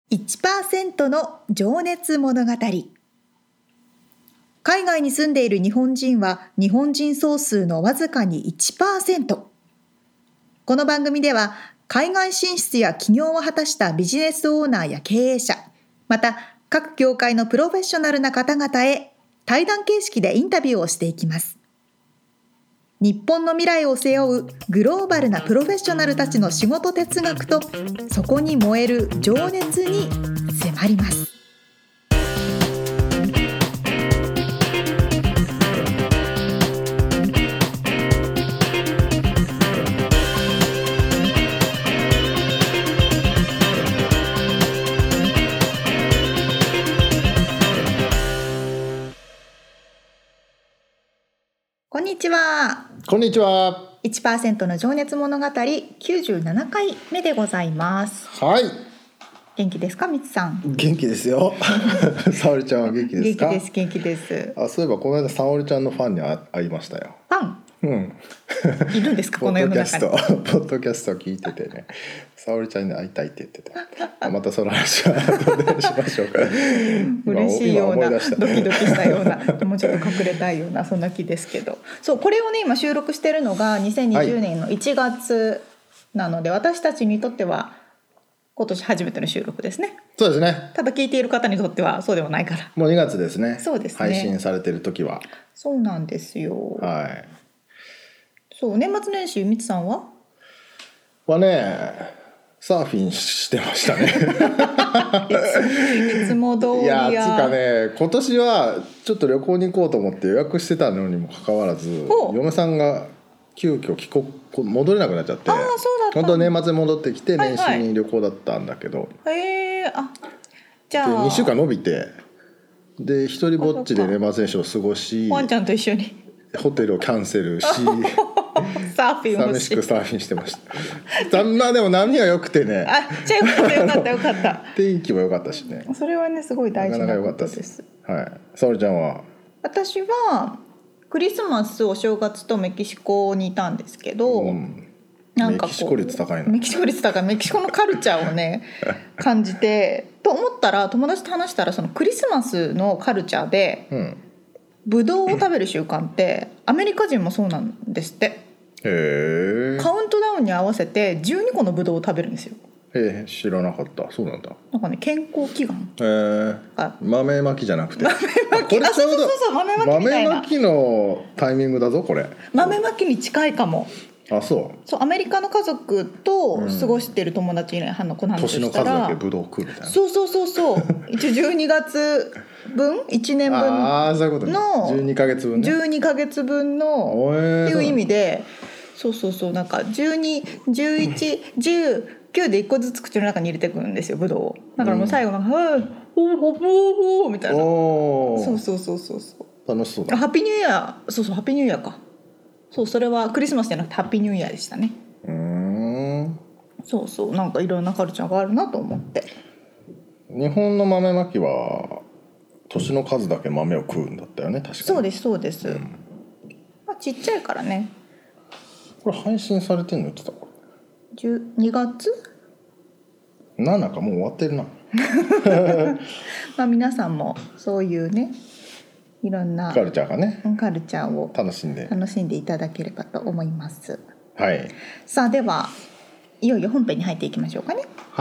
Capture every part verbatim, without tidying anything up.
いちパーセント の情熱物語。海外に住んでいる日本人は日本人総数のわずかに いちパーセント。この番組では海外進出や起業を果たしたビジネスオーナーや経営者、また各業界のプロフェッショナルな方々へ対談形式でインタビューをしていきます。日本の未来を背負うグローバルなプロフェッショナルたちの仕事哲学とそこに燃える情熱に迫ります。こんにちは。 こんにちは。 いちパーセント の情熱物語きゅうじゅうななかいめでございます。 はい。 元気ですか、みつさん。 元気ですよ。沙織ちゃんは元気ですか？ 元気です、元気です。 あ、そういえばこの間沙織ちゃんのファンに会いましたよ。 ファン？ うん。 いるんですか、この世の中に。 ポッドキャストを聞いててね、沙織ちゃんに会いたいって言ってて、あ、またその話は後でしましょうか。 嬉しいような、ドキドキしたような、もうちょっと隠れたいようなそんな気ですけど、そうこれをね今収録してるのがにせんにじゅうねんのいちがつなので、はい、私たちにとっては今年初めての収録ですね。 そうですね。 ただ聞いている方にとってはそうではないから。 もうにがつですね。 そうですね。 配信されてる時は。 そうなんですよ。 はい。 そう年末年始みつさんは？ はね、サーフィンしてましたね。 いつも通りや。 いやつかね、今年はちょっと旅行に行こうと思って予約してたのにもかかわらず、嫁さんが急遽帰国戻れなくなっちゃって、 あ、そうだった。 本当は年末に戻ってきて年始に旅行だったんだけど、 はいはい、へー、あ、じゃあでにしゅうかん延びて、で一人ぼっちで年末年始を過ごし、 ワンちゃんと一緒にホテルをキャンセルしサーフィンをし寂しくサーフィンしてました。まあでも波は良くてね、 あ、じゃあよかったよかったよかった天気も良かったしね、 それはねすごい大事なことです。 はい。沙織ちゃんは？ 私はクリスマスお正月とメキシコにいたんですけど、うん、なんかこうメキシコ率高いな。 メキシコ率高い。メキシコのカルチャーをね感じてと思ったら、友達と話したらそのクリスマスのカルチャーで、うん、ブドウを食べる習慣ってアメリカ人もそうなんですって。 へー。 カウントダウンに合わせてじゅうにこのブドウを食べるんですよ。 へー、知らなかった。そうなんだ。 なんかね、健康祈願。 へー。豆まきじゃなくて。豆まき。これちょうど、そうそうそう、豆まきみたいな。 豆まきのタイミングだぞこれ。 豆まきに近いかも。 あ、そう。 そう、アメリカの家族と過ごしている友達に話の話をしたら、 年の数だけブドウ食うみたいな。 そうそうそうそう一応じゅうにがつぶんいちねんぶんのあ、そういうことね、じゅうにかげつぶんね、 じゅうにかげつぶんのっていう意味で、そうそうそう、なんかじゅうに、じゅういち、じゅうきゅうでいっこずつ口の中に入れてくるんですよ、ブドウを。だからもう最後なんか、うん、はいほほほほみたいな。そうそうそうそうそう、 楽しそうだ。 ハッピーニューイヤー、そうそう、ハッピーニューイヤーか。そう、それはクリスマスじゃなくてハッピーニューイヤーでしたね。 うーん、 そうそう、なんかいろんなカルチャーがあるなと思って。 日本の豆まきは年の数だけ豆を食うんだったよね、確かに。 そうですそうです、うん、まあ、ちっちゃいからね。 これ配信されてんのいつだ？ にがつなんだかもう終わってるな。 まあ皆さんもそういうね、いろんなカルチャーがね、 カルチャーを楽しんで楽しんでいただければと思います。 はい。 さあではいよいよ本編に入っていきましょうかね。 はい、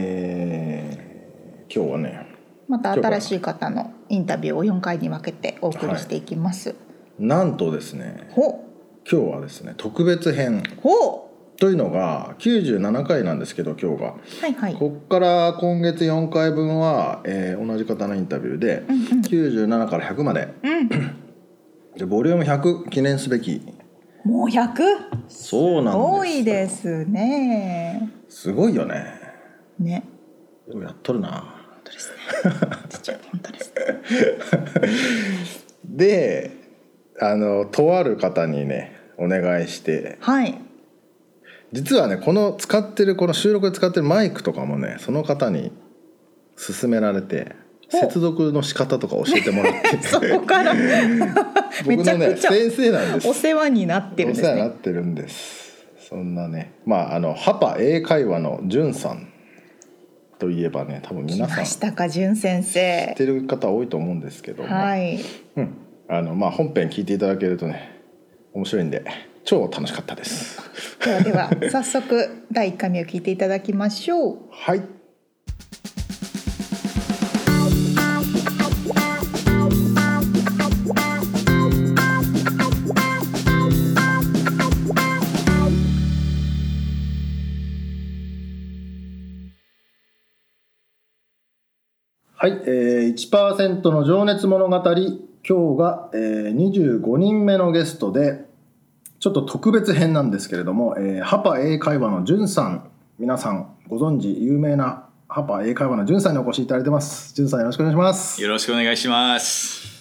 えー、今日はね、 また新しい方のインタビューをよんかいに分けてお送りしていきます。 はい、なんとですね、 ほ今日はですね特別編ほというのがきゅうじゅうななかいなんですけど、今日が、 はいはい、 こっから今月よんかいぶんは、えー、同じ方のインタビューで、うんうん、きゅうじゅうななからひゃくまで、うん、でボリュームひゃく記念すべき。 もうひゃく？ そうなんです。 多いですね。 すごいよね。 ね。 でもやっとるな。 本当ですね。実は本当ですね。 で、あのとある方にねお願いして、 はい。 実はねこの使ってるこの収録で使ってるマイクとかもねその方に勧められて、接続の仕方とか教えてもらってそこから僕のね先生なんです。 お世話になってるんですね。 お世話になってるんです。そんなね、まああのハパ英会話のじゅんさんといえばね多分皆さん来ましたか淳先生知ってる方多いと思うんですけども、 はいうん、あのまあ本編聞いていただけるとね面白いんで超楽しかったです。 ではでは早速だいいっかいめを聞いていただきましょう。 はい。はい、えー、いちパーセント の情熱物語、今日が、えー、にじゅうごにんめのゲストでちょっと特別編なんですけれども、えー、ハパ英会話のじゅんさん、皆さんご存知有名なハパ英会話のじゅんさんにお越しいただいてます。じゅんさんよろしくお願いします。 よろしくお願いします。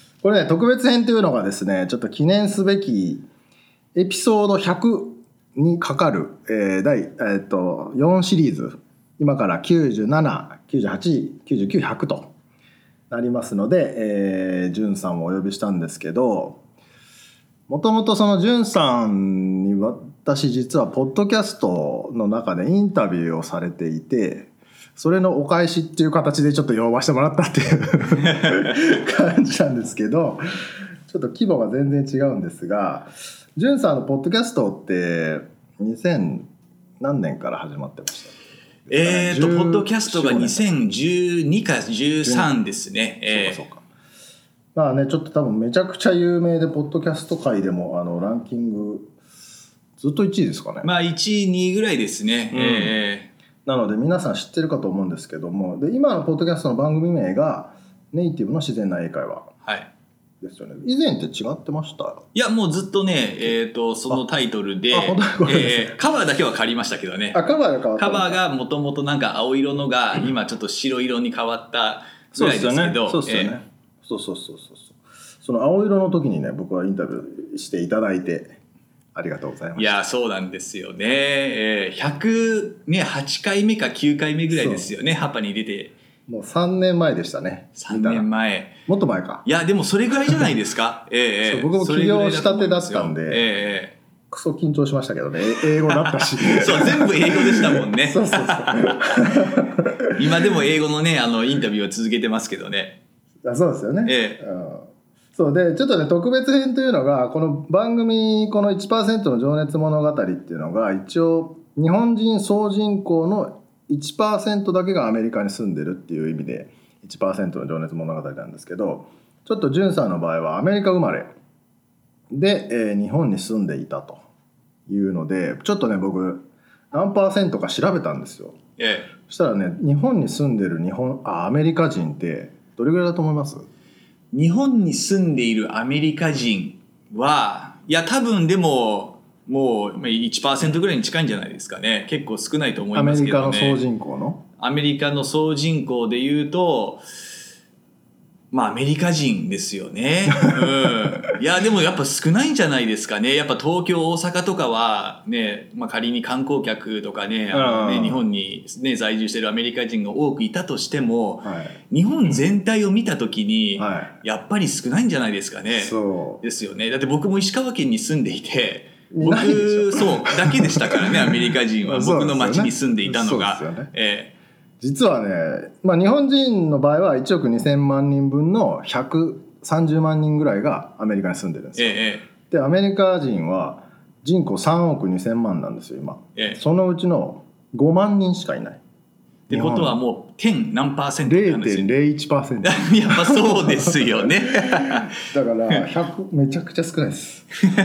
これね特別編というのがですねちょっと記念すべきエピソードひゃくにかかる、えー第えー、っとよんシリーズ、今からきゅうじゅうなな、きゅうじゅうはち、きゅうじゅうきゅう、ひゃくとなりますので、えー、じゅんさんをお呼びしたんですけど、もともとそのじゅんさんに私実はポッドキャストの中でインタビューをされていて、それのお返しっていう形でちょっと呼ばせてもらったっていう感じなんですけど、ちょっと規模が全然違うんですが、じゅんさんのポッドキャストってにせん何年から始まってました？ えーとポッドキャストがにせんじゅうにかじゅうさんですね。 えー、そうかそうか。まあねちょっと多分めちゃくちゃ有名でポッドキャスト界でもあのランキングずっといちいですかね。 まあいちいにいぐらいですね。うん、えー、なので皆さん知ってるかと思うんですけども、で今のポッドキャストの番組名がネイティブの自然な英会話。 はい。 ですよね。以前って違ってました？ いやもうずっとね、えー、とそのタイトルで、 えー、カバーだけは借りましたけどね。 あカバーが変わった。 カバーがもともとなんか青色のが今ちょっと白色に変わったぐらいですけど、 そうですよね。そうそうそうそう。その青色の時にね僕はインタビューしていただいてありがとうございました。 いやそうなんですよね。えー、ひゃくはちかいめかきゅうかいめぐらいですよね。ハパに出て。 もうさんねんまえでしたね。 さんねんまえ。 もっと前か。 いやでもそれぐらいじゃないですか。ええー、 僕も起業したてだったんで、 ええー、クソ緊張しましたけどね。英語だったしそう全部英語でしたもんね。 そうそうそう今でも英語のねあのインタビューを続けてますけどね。 あそうですよね。 ええーうんそうでちょっとね特別編というのがこの番組この いちパーセント の情熱物語っていうのが一応日本人総人口の いちパーセント だけがアメリカに住んでるっていう意味で いちパーセント の情熱物語なんですけど、ちょっとジュンさんの場合はアメリカ生まれで、えー、日本に住んでいたというのでちょっとね僕何パーセントか調べたんですよ。 ええ、 そしたらね日本に住んでる日本あアメリカ人ってどれぐらいだと思います？ 日本に住んでいるアメリカ人はいや多分でももう いちパーセント ぐらいに近いんじゃないですかね。結構少ないと思いますけどね。 アメリカの総人口のアメリカの総人口でいうとまあアメリカ人ですよね、うん、いやでもやっぱ少ないんじゃないですかね。やっぱ東京大阪とかはね、まあ、仮に観光客とかね、あのね日本に、ね、在住してるアメリカ人が多くいたとしても、はい、日本全体を見た時に、はい、やっぱり少ないんじゃないですかね。 そうですよね。だって僕も石川県に住んでいて僕そうだけでしたからねアメリカ人は僕の町に住んでいたのが、ねえー、 実はね、まあ、日本人の場合はいちおくにせんまんにんぶんのひゃくさんじゅうまんにんぐらいがアメリカに住んでるんですよ、えー、でアメリカ人は人口さんおくにせんまんなんですよ今、えー、そのうちのごまんにんしかいないってことはもう点何パーセントって話 ゼロてんゼロいちパーセントやっぱそうですよねだからひゃくめちゃくちゃ少ないです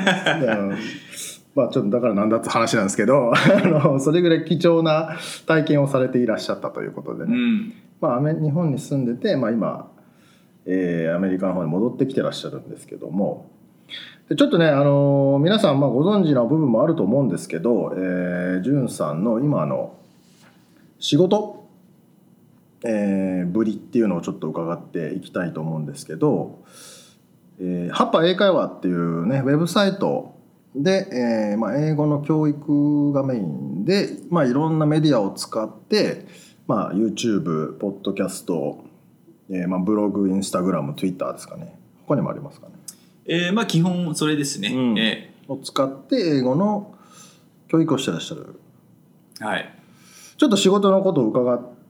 まあちょっとだからなんだって話なんですけどあのそれぐらい貴重な体験をされていらっしゃったということでね、うんまあ、日本に住んでて、まあ、今、えー、アメリカの方に戻ってきてらっしゃるんですけども、でちょっとね、あのー、皆さんまあご存知の部分もあると思うんですけど、えー、ジュンさんの今の仕事、えー、ぶりっていうのをちょっと伺っていきたいと思うんですけど、えー、ハッパ英会話っていうねウェブサイトで、えーまあ、英語の教育がメインで、まあ、いろんなメディアを使って、まあ、YouTube、ポッドキャスト、えーまあ、ブログ、インスタグラム、Twitter ですかね。他にもありますかね。 えーまあ、基本それですね、 うんえー、を使って英語の教育をしてらっしゃる。 はい。 ちょっと仕事のことを伺っ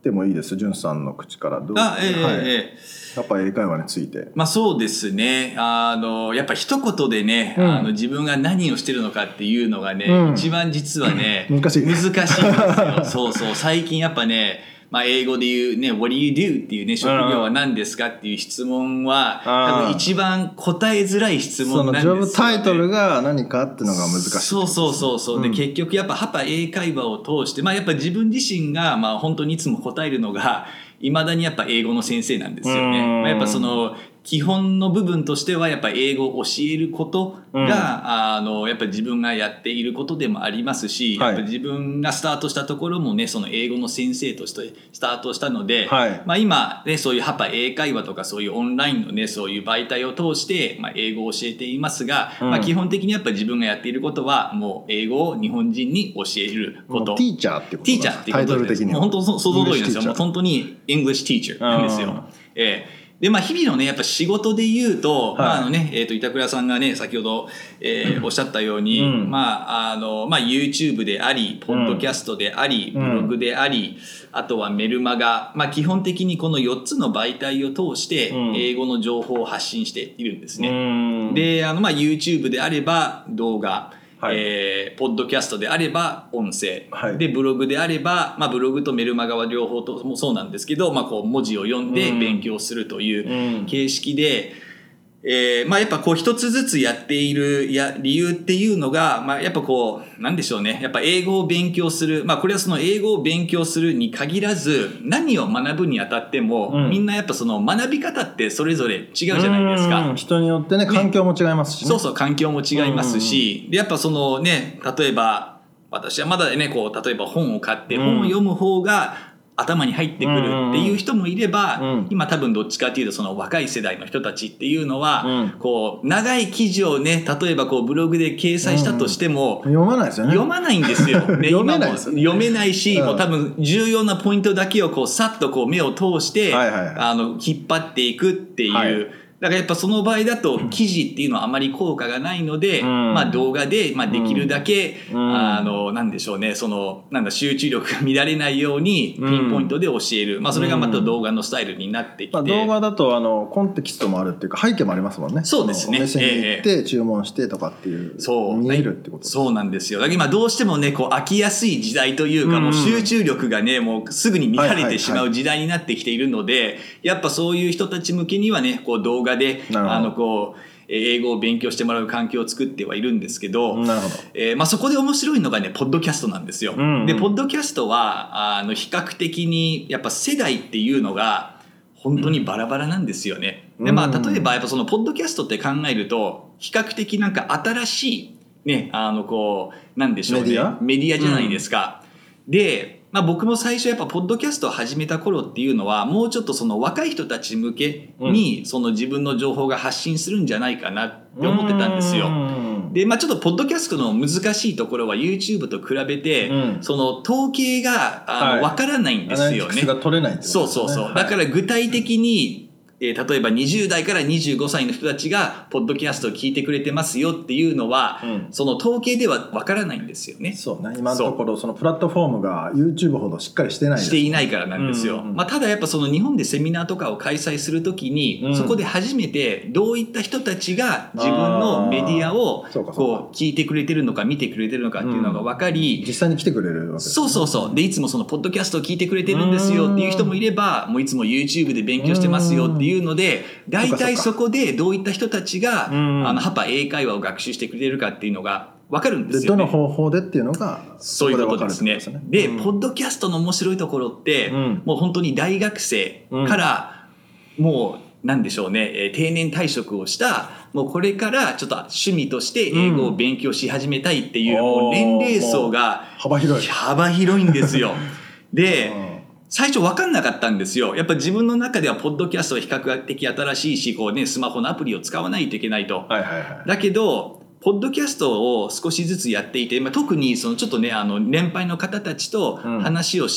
てもいいです。じゅんさんの口からどう、 あ、えーはいえー、 やっぱり英会話について。 まあそうですね。あの、やっぱ一言でね、うん、あの自分が何をしてるのかっていうのがね、うん、一番実はね、 難しい。 難しいんですよ。そうそう。最近やっぱね、まあ英語で言うね、What do you do? っていうね、職業は何ですかっていう質問は、多分一番答えづらい質問なんですよね。 そのジョブタイトルが何かっていうのが難しい。 そうそうそうそう。で、うん、結局やっぱハパ英会話を通して、まあやっぱ自分自身が、まあ本当にいつも答えるのが、未だにやっぱ英語の先生なんですよね。まあ、やっぱその基本の部分としてはやっぱ英語を教えることが、うん、あのやっぱ自分がやっていることでもありますし、はい、やっぱ自分がスタートしたところもねその英語の先生としてスタートしたので、はい、まあ、今ねそういうハパ英会話とかそういうオンラインのねそういう媒体を通して、まあ、英語を教えていますが、うん、まあ、基本的にやっぱ自分がやっていることはもう英語を日本人に教えること。 ティーチャーってことティーチャーっていうことです。もう本当そその通りなんですよ。もう本当に English teacher なんですよ。えーで、まあ、日々のね、やっぱ仕事で言うと、はい、まあ、あのね、えっと、板倉さんがね、先ほど、えー、おっしゃったように、うん、まあ、あの、まあ、YouTube であり、ポッドキャストであり、うん、ブログであり、あとはメルマガ、まあ、基本的にこのよっつの媒体を通して、英語の情報を発信しているんですね。うん、で、あの、まあ、YouTube であれば動画、はい、えー、ポッドキャストであれば音声、はい、でブログであれば、まあ、ブログとメルマガは両方ともそうなんですけど、まあ、こう文字を読んで勉強するという形式で、うん、えー、まあ、やっぱこう一つずつやっているや理由っていうのが、まあ、やっぱこうなんでしょうね、やっぱ英語を勉強する、まあ、これはその英語を勉強するに限らず何を学ぶにあたっても、うん、みんなやっぱその学び方ってそれぞれ違うじゃないですか。 うん、人によってね環境も違いますしね。 そうそう、環境も違いますし、でやっぱそのね、例えば私はまだねこう例えば本を買って本を読む方が頭に入ってくるっていう人もいれば、うん、今多分どっちかっていうとその若い世代の人たちっていうのは、うん、こう長い記事をね例えばこうブログで掲載したとしても、 うん、読まないですよね。 読まないんですよ、ね、 読めないですよね。 今も読めないし、うん、もう多分重要なポイントだけをこうさっとこう目を通して、はいはいはい、あの引っ張っていくっていう、はい、だからやっぱその場合だと記事っていうのはあまり効果がないので、うん、まあ動画でまあできるだけ、うん、あのなんでしょうね、そのなんだ集中力が乱れないようにピンポイントで教える、うん、まあそれがまた動画のスタイルになってきて、まあ、 動画だとあのコンテキストもあるっていうか背景もありますもんね。 そうですね。 お店に行って注文してとかっていう、 そう見えるってことです。 そうなんですよ。だから今どうしてもねこう飽きやすい時代というか、うん、もう集中力がねもうすぐに乱れてしまう時代になってきているので、はいはいはい、やっぱそういう人たち向けにはねこう動画であのこう英語を勉強してもらう環境を作ってはいるんですけど、 なるほど、 えーまあ、そこで面白いのがねポッドキャストなんですよ、うんうん、でポッドキャストはあの比較的にやっぱ世代っていうのが本当にバラバラなんですよね、うん、でまあ例えばやっぱそのポッドキャストって考えると比較的なんか新しいねあのこうなんでしょうね、メディア、メディアじゃないですか、うん、でまあ、僕も最初やっぱポッドキャストを始めた頃っていうのはもうちょっとその若い人たち向けにその自分の情報が発信するんじゃないかなって思ってたんですよ。で、まあ、ちょっとポッドキャストの難しいところは YouTube と比べて、うん、その統計があの、はい、分からないんですよね。アナリティクスが取れないってことですね。そうそうそう。だから具体的にえー、例えばにじゅう代からにじゅうご歳の人たちがポッドキャストを聞いてくれてますよっていうのは、うん、その統計ではわからないんですよね。 そうね。今のところそのプラットフォームが YouTube ほどしっかりしてないです、ね、 していないからなんですよ、うんうん、まあ、ただやっぱその日本でセミナーとかを開催するときに、うん、そこで初めてどういった人たちが自分のメディアをこう聞いてくれてるのか見てくれてるのかっていうのが分かり、 うん、実際に来てくれるわけですね。 そうそうそう。でいつもそのポッドキャストを聞いてくれてるんですよっていう人もいれば、もういつも YouTube で勉強してますよっていうので、大体そこでどういった人たちがあのハパ英会話を学習してくれるかっていうのが分かるんですよね。 でどの方法でっていうのがそういうことですね。で、うん、ポッドキャストの面白いところって、うん、もう本当に大学生からもうなんでしょうね、定年退職をしたもうこれからちょっと趣味として英語を勉強し始めたいっていう、うん、もう年齢層が幅広い幅広いんですよ。で最初分かんなかったんですよ。やっぱ自分の中ではポッドキャストは比較的新しいし、こうね、スマホのアプリを使わないといけないと。 はいはいはい、 だけど、ポッドキャストを少しずつやっていて、まあ、特にそのちょっとね、あの、年配の方たちと話をして、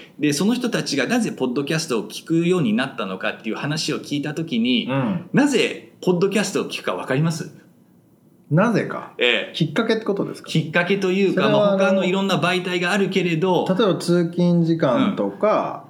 うん、で、その人たちがなぜポッドキャストを聞くようになったのかっていう話を聞いたときに、うん、なぜポッドキャストを聞くか分かります？ なぜか、 ええ、 きっかけってことですか？ きっかけというか、まあ、他のいろんな媒体があるけれど、 例えば通勤時間とか、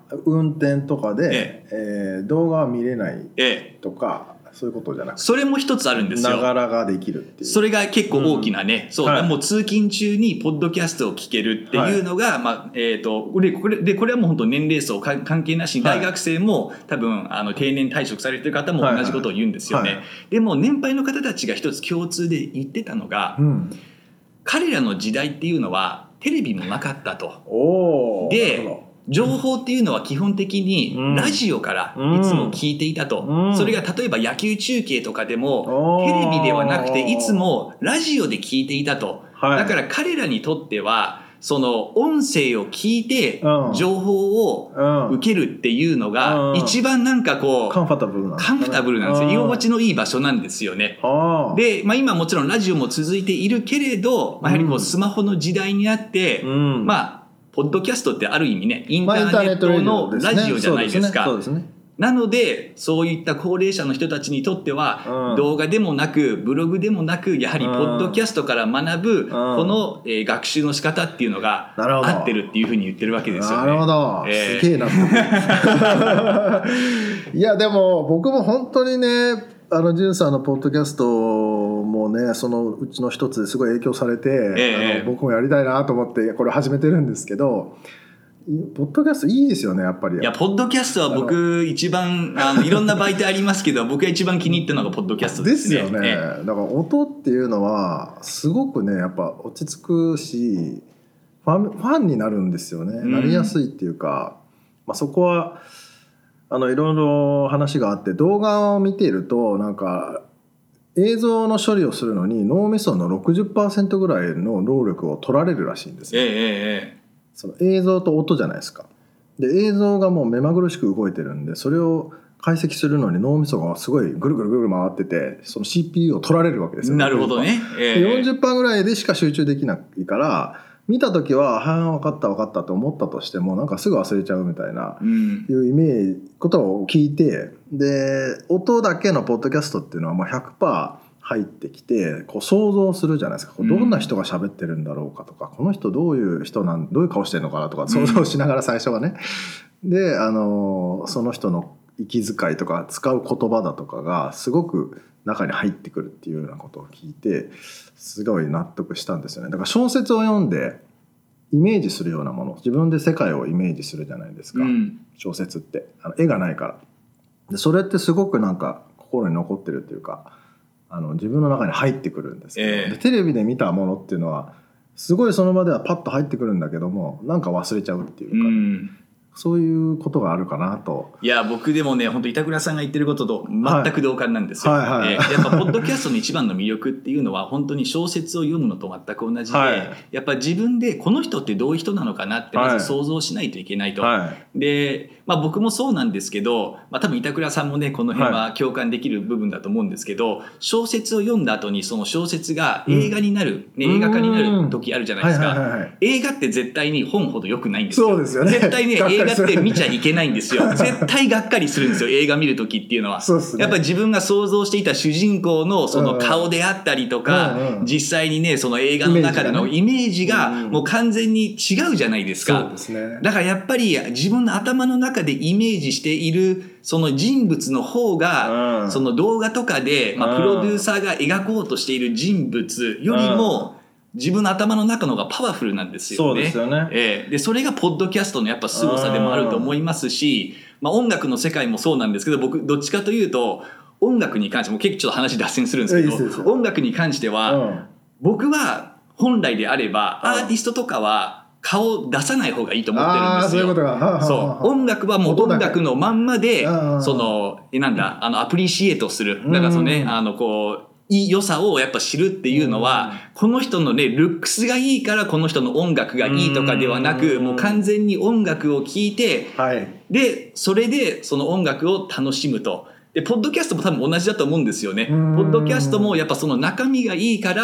運転とかで、えええー、動画は見れないとか、ええ、そういうことじゃなくて、 それも一つあるんですよ。 ながらができるっていう。 それが結構大きなね、うん、そう、はい、もう通勤中にポッドキャストを聞けるっていうのが、はい、まあえー、とこれこれでこれはもう本当年齢層関係なしに、大学生も多分あの定年退職されてる方も同じことを言うんですよね。はいはい、でも年配の方たちが一つ共通で言ってたのが、うん、彼らの時代っていうのはテレビもなかったと。 おで情報っていうのは基本的にラジオからいつも聞いていたと、うん、それが例えば野球中継とかでもテレビではなくていつもラジオで聞いていたと、はい、だから彼らにとってはその音声を聞いて情報を受けるっていうのが一番なんかこうカンファタブルなんですね。 カンファタブルなんですよ。居心地のいい場所なんですよね。で、まあ、今もちろんラジオも続いているけれど、まあ、やはりこうスマホの時代になって、うん、まあポッドキャストってある意味ね、インターネットのラジオじゃないですか。なのでそういった高齢者の人たちにとっては、うん、動画でもなくブログでもなく、やはりポッドキャストから学ぶ、うん、この、えー、学習の仕方っていうのが合ってるっていうふうに言ってるわけですよね。 なるほど、えー、すげえないやでも僕も本当にね、あのジュンさんのポッドキャストもね、そのうちの一つですごい影響されて、えー、あの僕もやりたいなと思ってこれ始めてるんですけど、ポッドキャストいいですよね、やっぱり。 いや、ポッドキャストは僕一番あのいろんな媒体ありますけど僕が一番気に入ったのがポッドキャストですね。 ですよね。だから音っていうのはすごくね、やっぱ落ち着くしファン、ファンになるんですよね、うん、なりやすいっていうか、まあ、そこはあのいろいろ話があって、動画を見ているとなんか映像の処理をするのに脳みその ろくじゅっパーセント ぐらいの労力を取られるらしいんですよ。 ええええ、 その映像と音じゃないですか。で映像がもう目まぐるしく動いてるんで、それを解析するのに脳みそがすごいぐるぐるぐる回ってて、その シーピーユー を取られるわけですよ。 なるほどね。 えー、よんじゅっパーセント ぐらいでしか集中できないから、見た時ははあ分かった分かったと思ったとしてもなんかすぐ忘れちゃうみたいな、うん、いうイメージことを聞いて、で音だけのポッドキャストっていうのはもう ひゃくパーセント入ってきて、こう想像するじゃないですか。どんな人が喋ってるんだろうかとか、うん、この人どういう人なんどういう顔してるのかなとか想像しながら最初はね、うん、であのその人の息遣いとか使う言葉だとかがすごく中に入ってくるっていうようなことを聞いてすごい納得したんですよね。だから小説を読んでイメージするようなもの、自分で世界をイメージするじゃないですか、うん、小説ってあの絵がないから。でそれってすごくなんか心に残ってるっていうか、あの自分の中に入ってくるんですけど、えー、でテレビで見たものっていうのはすごいその場ではパッと入ってくるんだけどもなんか忘れちゃうっていうか、うん、そういうことがあるかなと。 いや僕でもね本当板倉さんが言ってることと全く同感なんですよ、はいはいはい、えー、やっぱポッドキャストの一番の魅力っていうのは本当に小説を読むのと全く同じで、はい、やっぱ自分でこの人ってどういう人なのかなってまず想像しないといけないと、はい、で、まあ、僕もそうなんですけど、まあ、多分板倉さんもねこの辺は共感できる部分だと思うんですけど、はい、小説を読んだ後にその小説が映画になる、うん、ね、映画化になる時あるじゃないですか、はいはいはいはい、映画って絶対に本ほど良くないんですよ。 そうですよね。 絶対ね映画って見ちゃいけないんですよ。絶対がっかりするんですよ映画見る時っていうのは。そうですね、やっぱり自分が想像していた主人公のその顔であったりとか、うんうん、実際にねその映画の中でのイメージがもう完全に違うじゃないですか、うん、そうですね。だからやっぱり自分の頭の中でイメージしているその人物の方が、うん、その動画とかで、まあ、プロデューサーが描こうとしている人物よりも、うん自分の頭の中の方がパワフルなんですよね。 そうですよね。 えー、でそれがポッドキャストのやっぱ凄さでもあると思いますし、まあ、音楽の世界もそうなんですけど僕どっちかというと音楽に関しても結構ちょっと話脱線するんですけど、いいですよ。音楽に関しては、うん、僕は本来であればアーティストとかは顔を出さない方がいいと思ってるんですよ。 そういうことが。はあはあ、 そう音楽はもう音楽のまんまでそのえなんだあのアプリシエートする、だからそのねあのこういい良さをやっぱ知るっていうのは、うん、この人のねルックスがいいからこの人の音楽がいいとかではなく、うん、もう完全に音楽を聴いて、はい、でそれでその音楽を楽しむと。でポッドキャストも多分同じだと思うんですよね。ポッドキャストもやっぱその中身がいいから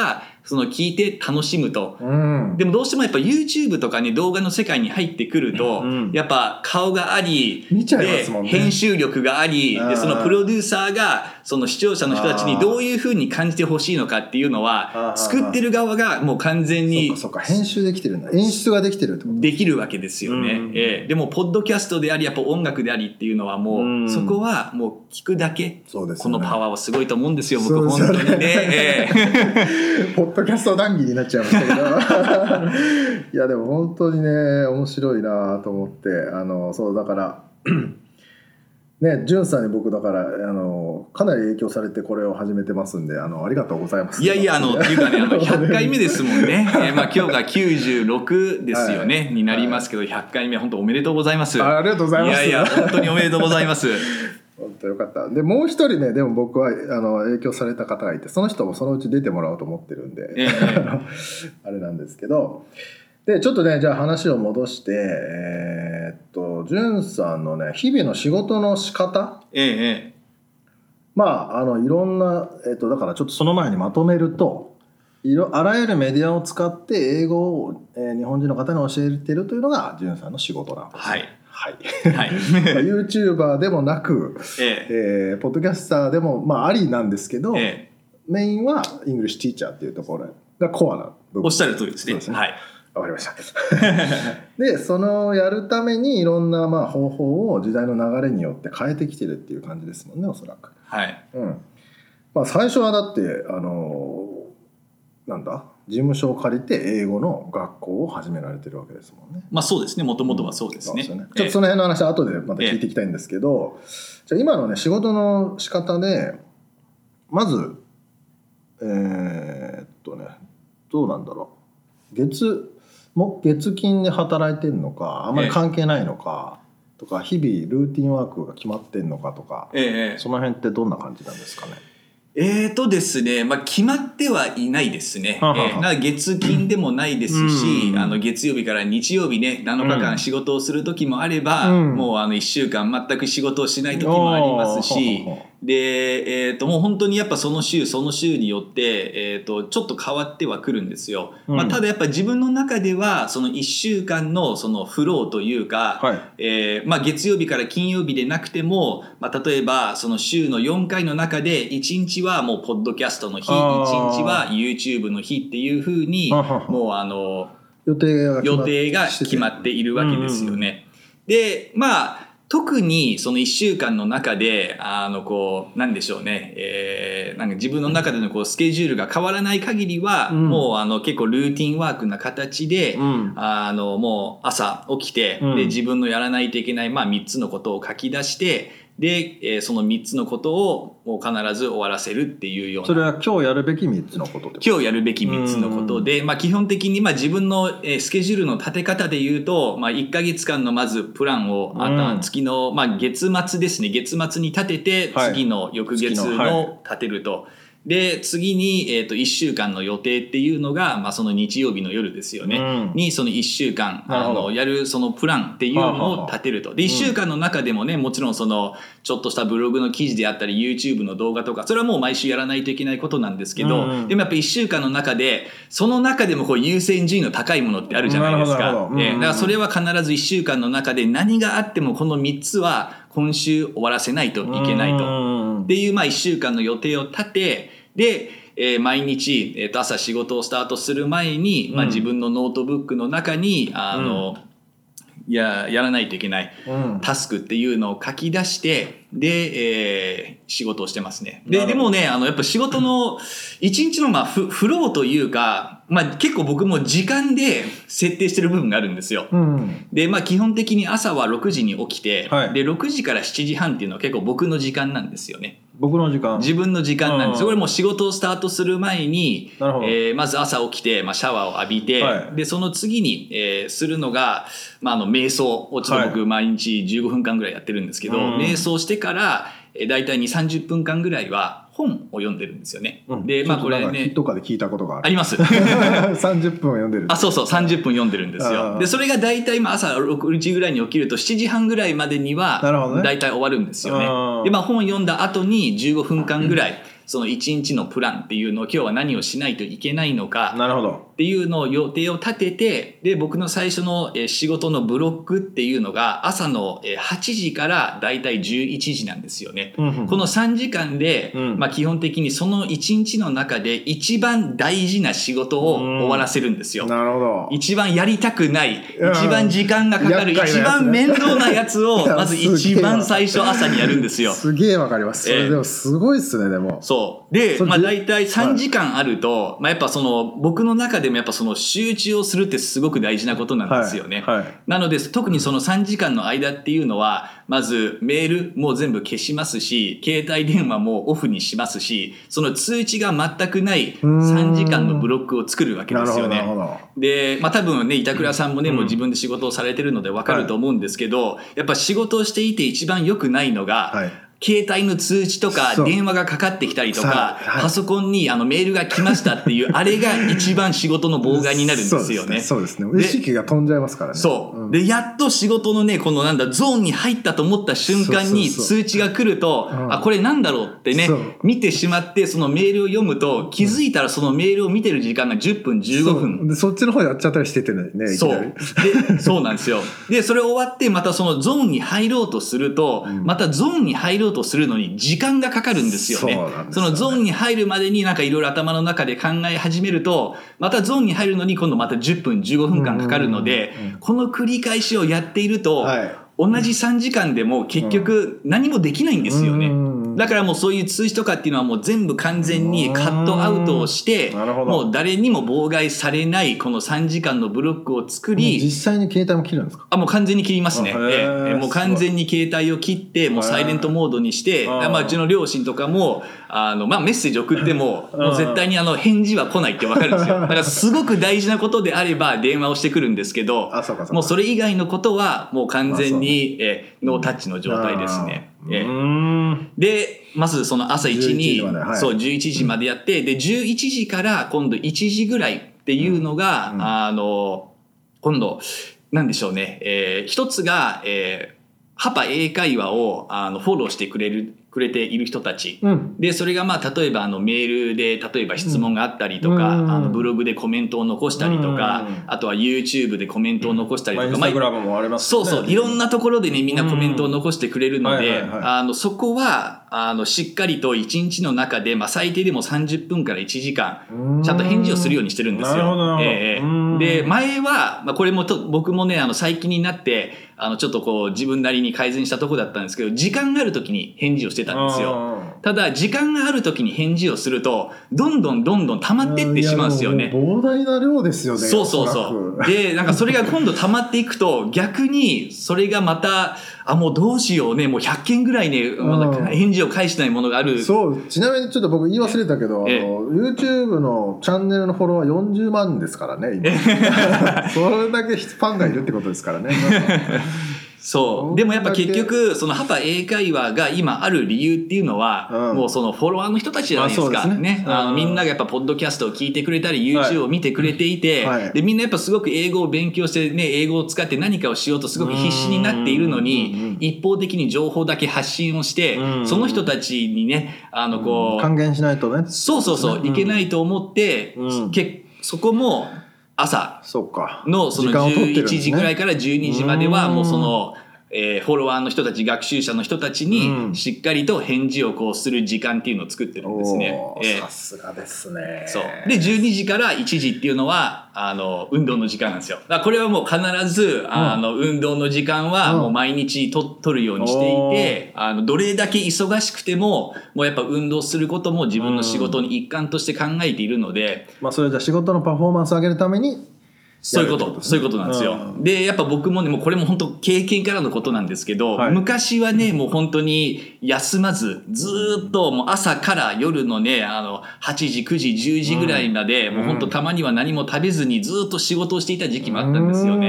その聞いて楽しむと、 うん、 でもどうしてもやっぱ YouTube とかね動画の世界に入ってくると、うん、やっぱ顔があり見ちゃいますもんね、 で編集力がありでそのプロデューサーがその視聴者の人たちにどういう風に感じてほしいのかっていうのは作ってる側がもう完全にそうかそうか編集できてるんだ演出ができてるってことできるわけですよね、うんえー、でもポッドキャストでありやっぱ音楽でありっていうのはもう、うん、そこはもう聞くだけ、 そうですね、 このパワーはすごいと思うんですよ僕本当にね、えー、ポッドキャスト談義になっちゃいましたけどいやでも本当にね面白いなと思ってあのそうだからね、ジュンさんに僕だからあのかなり影響されてこれを始めてますんであのありがとうございます。 いやいやあのっていうかねあのひゃっかいめですもんね、えーまあ、今日がきゅうじゅうろくですよね、はい、になりますけどひゃっかいめ本当おめでとうございます。 あ, ありがとうございます。 いやいや本当におめでとうございます本当よかった。でもう一人ねでも僕はあの影響された方がいてその人もそのうち出てもらおうと思ってるんで、えー、あれなんですけどでちょっとねじゃあ話を戻してえー、っとジュンさんのね日々の仕事の仕方、 ええ、 まああのいろんな、えー、っとだからちょっとその前にまとめるといろあらゆるメディアを使って英語を、えー、日本人の方に教えているというのがジュンさんの仕事なんです。 はいはいはい、YouTuber でもなく、えええー、ポッドキャスターでも、まあ、ありなんですけど、ええ、メインはイングリッシュティーチャーっていうところがコアな部分。 おっしゃる通りですね。 ですね。 はい。 わかりましたでそのやるためにいろんなまあ方法を時代の流れによって変えてきてるっていう感じですもんねおそらく。 はい、 うんまあ、最初はだってあのなんだ事務所を借りて英語の学校を始められてるわけですもんね。 まあそうですねもともとはそうですね、うん、 そうですよね。ちょっとその辺の話は後でまた聞いていきたいんですけど、ええ、じゃあ今のね仕事の仕方でまずえー、っとねどうなんだろう月も月金で働いてるのかあんまり関係ないのか、ええ、とか日々ルーティンワークが決まってんのかとか、ええ、その辺ってどんな感じなんですかね。 えーとですね、まあ、決まってはいないですね。はははえー、な月金でもないですし、うん、あの月曜日から日曜日ねなのかかん仕事をする時もあれば、うん、もうあのいっしゅうかん全く仕事をしない時もありますし、で、えー、ともう本当にやっぱその週その週によって、えー、とちょっと変わってはくるんですよ、うんまあ、ただやっぱ自分の中ではそのいっしゅうかんのそのフローというか、はいえーまあ、月曜日から金曜日でなくても、まあ、例えばその週のよんかいの中でいちにちはもうポッドキャストの日いちにちは YouTube の日っていう風にもうあの予定が予定が決まっているわけですよね、うん、でまあ特にそのいっしゅうかんの中であのこうなんでしょうね、えー、なんか自分の中でのこうスケジュールが変わらない限りは、うん、もうあの結構ルーティンワークな形で、うん、あのもう朝起きて、うん、で自分のやらないといけない、まあ、みっつのことを書き出してで、えー、そのみっつのことをもう必ず終わらせるっていうような。 それは今日やるべきみっつのことってこと？ 今日やるべきみっつのことで、まあ、基本的にまあ自分のスケジュールの立て方でいうと、まあ、いっかげつかんのまずプランをあ月の、まあ、月末ですね月末に立てて次の翌月の立てると。で次に、えー、といっしゅうかんの予定っていうのが、まあ、その日曜日の夜ですよね、うん、にそのいっしゅうかんあのやるそのプランっていうのを立てると。でいっしゅうかんの中でもねもちろんそのちょっとしたブログの記事であったり YouTube の動画とかそれはもう毎週やらないといけないことなんですけど、うん、でもやっぱいっしゅうかんの中でその中でもこう優先順位の高いものってあるじゃないですか、うんえー、だからそれは必ずいっしゅうかんの中で何があってもこのみっつは今週終わらせないといけないとっていう、まあ、いっしゅうかんの予定を立てでえー、毎日、えー、と朝仕事をスタートする前に、うんまあ、自分のノートブックの中にあの、うん、や, やらないといけないタスクっていうのを書き出してで、えー、仕事をしてますね。で, でもねあのやっぱ仕事の一日の、まあ、フ, フローというか、まあ、結構僕も時間で設定してる部分があるんですよ、うん、で、まあ、基本的に朝はろくじに起きて、はい、でろくじからしちじはんっていうのは結構僕の時間なんですよね。 僕の時間自分の時間なんですよ。これもう仕事をスタートする前に、えー、まず朝起きて、まあ、シャワーを浴びて、はい、でその次に、えー、するのが、まあ、あの瞑想をちょっと僕毎日じゅうごふんかんぐらいやってるんですけど、はい、瞑想してから、えー、だいたいにじゅうさんじゅっぷんかんぐらいは本を読んでるんですよね、うん、でまあこれねとかで聞いたことがあるありますさんじゅっぷんを読んでるあそうそうさんじゅっぷん読んでるんですよ。でそれがだいたい朝ろくじぐらいに起きるとしちじはんぐらいまでにはだいたい終わるんですよね。でまあ本読んだ後にじゅうごふんかんぐらい、うんその一日のプランっていうのを今日は何をしないといけないのかなるほどっていうのを予定を立てて、で僕の最初の仕事のブロックっていうのが朝のはちじからだいたいじゅういちじなんですよね、うんうん、このさんじかんで、うんまあ、基本的にそのいちにちの中で一番大事な仕事を終わらせるんですよ。 なるほど。 一番やりたくない、一番時間がかかる、一番面倒なやつをまず一番最初朝にやるんですよ。 すげえわかります。それでもすごいっすね、でも。 そうで、まあ、大体さんじかんあると、はいまあ、やっぱその僕の中でもやっぱその集中をするってすごく大事なことなんですよね、はいはい、なので特にそのさんじかんの間っていうのはまずメールも全部消しますし、携帯電話もオフにしますし、その通知が全くないさんじかんのブロックを作るわけですよね。で、まあ、多分ね板倉さんもね、うん、もう自分で仕事をされてるので分かると思うんですけど、はい、やっぱ仕事をしていて一番良くないのが、はい携帯の通知とか電話がかかってきたりとか、はい、パソコンにあのメールが来ましたっていうあれが一番仕事の妨害になるんですよね。 そうですね。意識が飛んじゃいますからね。 そう、うん、でやっと仕事のねこのなんだゾーンに入ったと思った瞬間に通知が来ると、そうそうそう、あこれなんだろうってね見てしまって、そのメールを読むと気づいたらそのメールを見てる時間がじゅっぷんじゅうごふん、 そうでそっちの方やっちゃったりしててね。 そうでそうなんですよ。でそれ終わってまたそのゾーンに入ろうとすると、うん、またゾーンに入ろうとするのに時間がかかるんですよね。 そ, ねそのゾーンに入るまでになんかいろいろ頭の中で考え始めると、またゾーンに入るのに今度またじゅっぷんじゅうごふんかんかかるので、この繰り返しをやっていると、はい、同じさんじかんでも結局何もできないんですよね。だからもうそういう通知とかっていうのはもう全部完全にカットアウトをして、もう誰にも妨害されないこのさんじかんのブロックを作り、 実際に携帯も切るんですか？ あもう完全に切りますね。えもう完全に携帯を切ってもうサイレントモードにして、まあ、うちの両親とかもあの、まあ、メッセージ送ってももう絶対にあの返事は来ないって分かるんですよ。だからすごく大事なことであれば電話をしてくるんですけど、もうそれ以外のことはもう完全にえノータッチの状態ですね。えー、でまずその朝いちに、はい、そうじゅういちじまでやって、でじゅういちじから今度いちじぐらいっていうのが、うんうん、あの今度なんでしょうね、えー、一つが、えー、ハパ英会話をあのフォローしてくれるくれている人たち、うん、でそれがまあ例えばあのメールで例えば質問があったりとか、うん、あのブログでコメントを残したりとか、うん、あとは YouTube でコメントを残したりとか、 うんまあ、Instagram もありますね。 そうそういろんなところでねみんなコメントを残してくれるので、あのそこはあのしっかりといちにちの中で、まあ、最低でもさんじゅっぷんからいちじかんちゃんと返事をするようにしてるんですよ。えー、で前は、まあ、これもと僕もねあの最近になってあのちょっとこう自分なりに改善したとこだったんですけど、時間がある時に返事をしてたんですよ。ただ時間がある時に返事をするとどんどんどんどん溜まっていってしまうんですよね。 膨大な量ですよね。 そうそうそうでなんかそれが今度溜まっていくと逆にそれがまたあもうどうしようねもうひゃっけんぐらいねまだ返事を返してないものがある。 そうちなみにちょっと僕言い忘れたけど、あの YouTube のチャンネルのフォロワーよんじゅうまんですからね今それだけファンがいるってことですからねそうでもやっぱ結局そのハパ英会話が今ある理由っていうのは、うん、もうそのフォロワーの人たちじゃないですか、あ、そうですね、ね、あのみんながやっぱポッドキャストを聞いてくれたり YouTube を見てくれていて、はいはい、でみんなやっぱすごく英語を勉強してね英語を使って何かをしようとすごく必死になっているのに、一方的に情報だけ発信をしてその人たちにねあのこう還元しないとねそうそうそう、うん、いけないと思って、うん、けそこも朝のそのじゅういちじぐらいからじゅうにじまではもうそのえー、フォロワーの人たち学習者の人たちにしっかりと返事をこうする時間っていうのを作ってるんですね。 さすがですね。 そうでじゅうにじからいちじっていうのはあの運動の時間なんですよ。だからこれはもう必ずあの、うん、運動の時間はもう毎日と取るようにしていて、あのどれだけ忙しくてももうやっぱ運動することも自分の仕事に一環として考えているので、 うん、まあそれじゃ仕事のパフォーマンスを上げるためにそういうこと、そういうことなんですよ。で、やっぱ僕もね、もうこれも本当経験からのことなんですけど、はい、昔はね、もう本当に休まず、ずっともう朝から夜のね、あの、はちじ、くじ、じゅうじぐらいまで、うん、もう本当たまには何も食べずにずっと仕事をしていた時期もあったんですよね。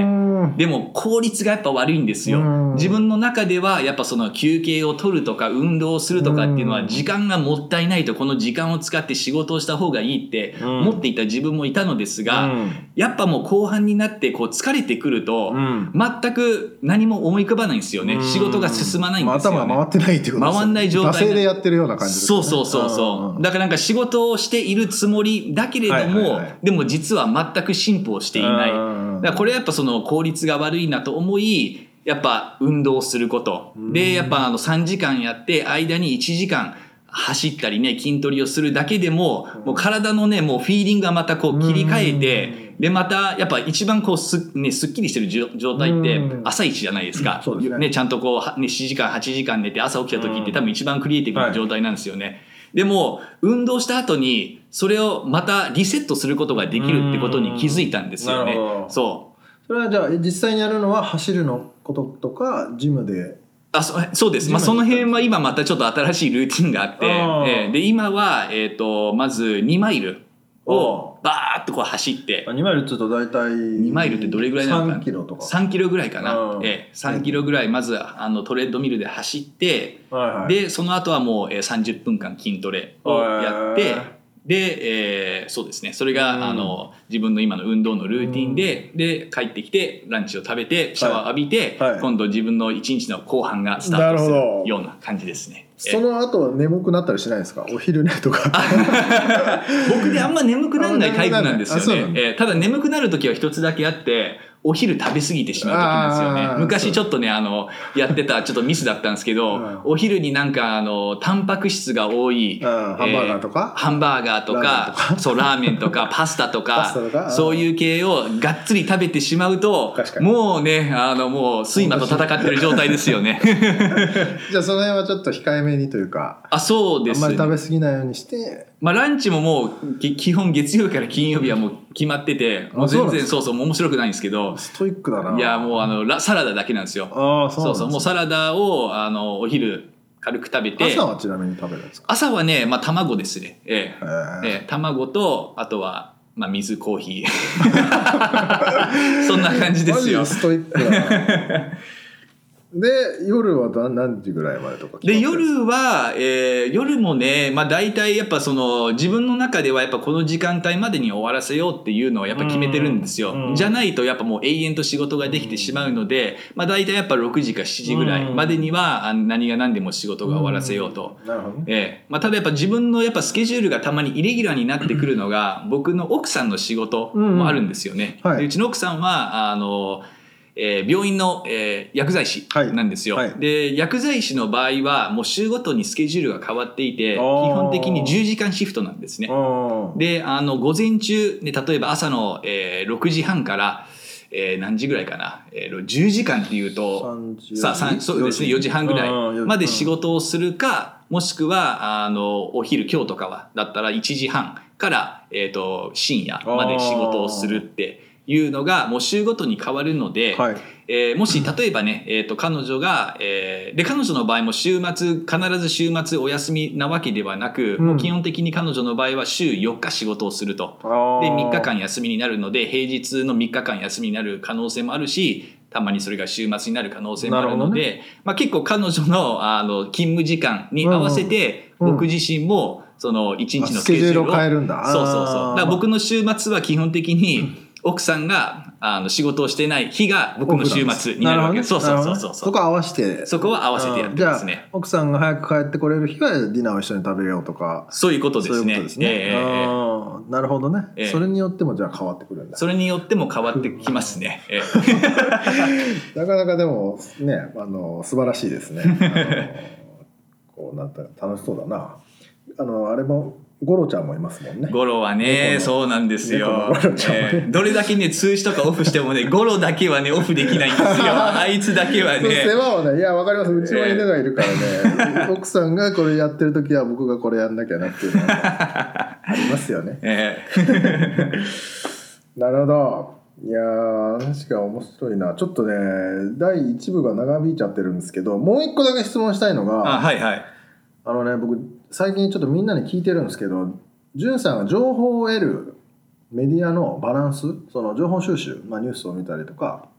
でも効率がやっぱ悪いんですよ。自分の中ではやっぱその休憩を取るとか運動をするとかっていうのは時間がもったいないと、この時間を使って仕事をした方がいいって思っていた自分もいたのですが、やっぱもう後半になってこう疲れてくると全く何も思い浮かばないんですよね。仕事が進まないんですよね。 頭が回ってないってことですよね。 回んない状態。 惰性でやってるような感じですね。 そうそうそうそう。だからなんか仕事をしているつもりだけれども、はいはいはい、でも実は全く進歩していない。だからこれやっぱその効率が悪いなと思い、やっぱ運動することで、やっぱあのさんじかんやって間にいちじかん走ったりね、筋トレをするだけでも、もう体のね、もうフィーリングがまたこう切り替えて、でまたやっぱ一番こうす、ね、すっきりしてる状態って朝一じゃないですか。そうですね。ね、ちゃんとこう、ね、しちじかんはちじかん寝て朝起きた時って多分一番クリエイティブな状態なんですよね。はい、でも運動した後にそれをまたリセットすることができるってことに気づいたんですよね。そう。 それはじゃあ実際にやるのは走るのこととかジムで。 あ、そ、そうです。まあ、その辺は今またちょっと新しいルーティンがあって、えー、で今は、えーと、まずにマイルをバーッとこう走って、 にマイルって言うと大体にマイルってどれぐらいなのかな、 さんキロとかさんキロぐらいかな、えー、さんキロぐらいまずあのトレッドミルで走って、はいはい、でその後はもうさんじゅっぷんかん筋トレをやって、で、えー、そうですね、それが、うん、あの自分の今の運動のルーティンで、うん、で帰ってきてランチを食べてシャワー浴びて、はいはい、今度自分の一日の後半がスタートするような感じですね。 その後は眠くなったりしないですか？お昼寝とか僕ねあんま眠くならないタイプなんですよね。えー、ただ眠くなる時は一つだけあって、お昼食べ過ぎてしまう時なんですよね。昔ちょっとねあのやってたちょっとミスだったんですけど、うん、お昼になんかあのタンパク質が多い、 うん、ハンバーガーとか、 えー、ハンバーガーとか、そうラーメンとかパスタとかそういう系をがっつり食べてしまうと、もうねあのもう睡魔と戦ってる状態ですよね。 じゃあその辺はちょっと控えめにというか、 あ、そうですね、 あんまり食べ過ぎないようにして。 まあ、ランチももう基本月曜日から金曜日はもう決まってて、もう全然そうそう面白くないんですけど、 ストイックだな。 いやもうあのサラダだけなんですよ。あ、そうなんですね。そうそう、もうサラダをあのお昼軽く食べて。 朝はちなみに食べるんですか？ 朝はね、まあ、卵ですね、ええええ、卵とあとは、まあ、水コーヒーそんな感じですよ。 マジストイックだな。で夜は何時ぐらいまでとか？ で夜は、えー、夜もね、まあ、大体やっぱその自分の中ではやっぱこの時間帯までに終わらせようっていうのをやっぱ決めてるんですよ。じゃないとやっぱもう永遠と仕事ができてしまうので、まあ、大体やっぱろくじかしちじぐらいまでには何が何でも仕事が終わらせようと。なるほど、えーまあ、ただやっぱ自分のやっぱスケジュールがたまにイレギュラーになってくるのが僕の奥さんの仕事もあるんですよね。はい、でうちの奥さんはあのえー、病院の、えー、薬剤師なんですよ、はいはい、で薬剤師の場合はもう週ごとにスケジュールが変わっていて基本的にじゅうじかんシフトなんですね。であの午前中、ね、例えば朝の、えー、ろくじはんから、えー、何時ぐらいかな、えー、じゅうじかんっていうとさあそうですねよじはんぐらいまで仕事をするか、もしくはあのお昼今日とかはだったらいちじはんから、えー、と深夜まで仕事をするっていうのがもう週ごとに変わるので、はい、えー、もし例えばね、えー、と彼女が、えー、で彼女の場合も週末必ず週末お休みなわけではなく、うん、もう基本的に彼女の場合は週よっか仕事をすると。でみっかかん休みになるので平日のみっかかん休みになる可能性もあるし、たまにそれが週末になる可能性もあるので、ね、まあ、結構彼女 の, あの勤務時間に合わせて、うん、僕自身もその一日のスケジュールを変えるんだ。 そうそうそう。だから僕の週末は基本的に奥さんがあの仕事をしてない日が僕の週末になるわけです。そうそうそうそう。 そこは合わせて。 そこは合わせてやってますね。 じゃあ奥さんが早く帰ってこれる日はディナーを一緒に食べようとか。 そういうことですね。そういうことですね。 えー、あなるほどね、えー。それによってもじゃあ変わってくるんだ。 それによっても変わってきますね。えー、なかなかでもねあの素晴らしいですね。あのこうなったら楽しそうだな。あのあれも。ゴロちゃんもいますもんね。 ゴロはね、そうなんですよ、ねえー、どれだけね通知とかオフしてもねゴロだけはねオフできないんですよ。あいつだけはね世話をね、いやわかります、うちも犬がいるからね、えー、奥さんがこれやってる時は僕がこれやんなきゃなっていうのはありますよね、えー、なるほど。いやー話が面白いな。ちょっとねだいいち部が長引いちゃってるんですけど、もう一個だけ質問したいのが、 あ、はいはい、 あのね僕最近ちょっとみんなに聞いてるんですけど、じゅんさんが情報を得るメディアのバランス、その情報収集、まあ、ニュースを見たりとか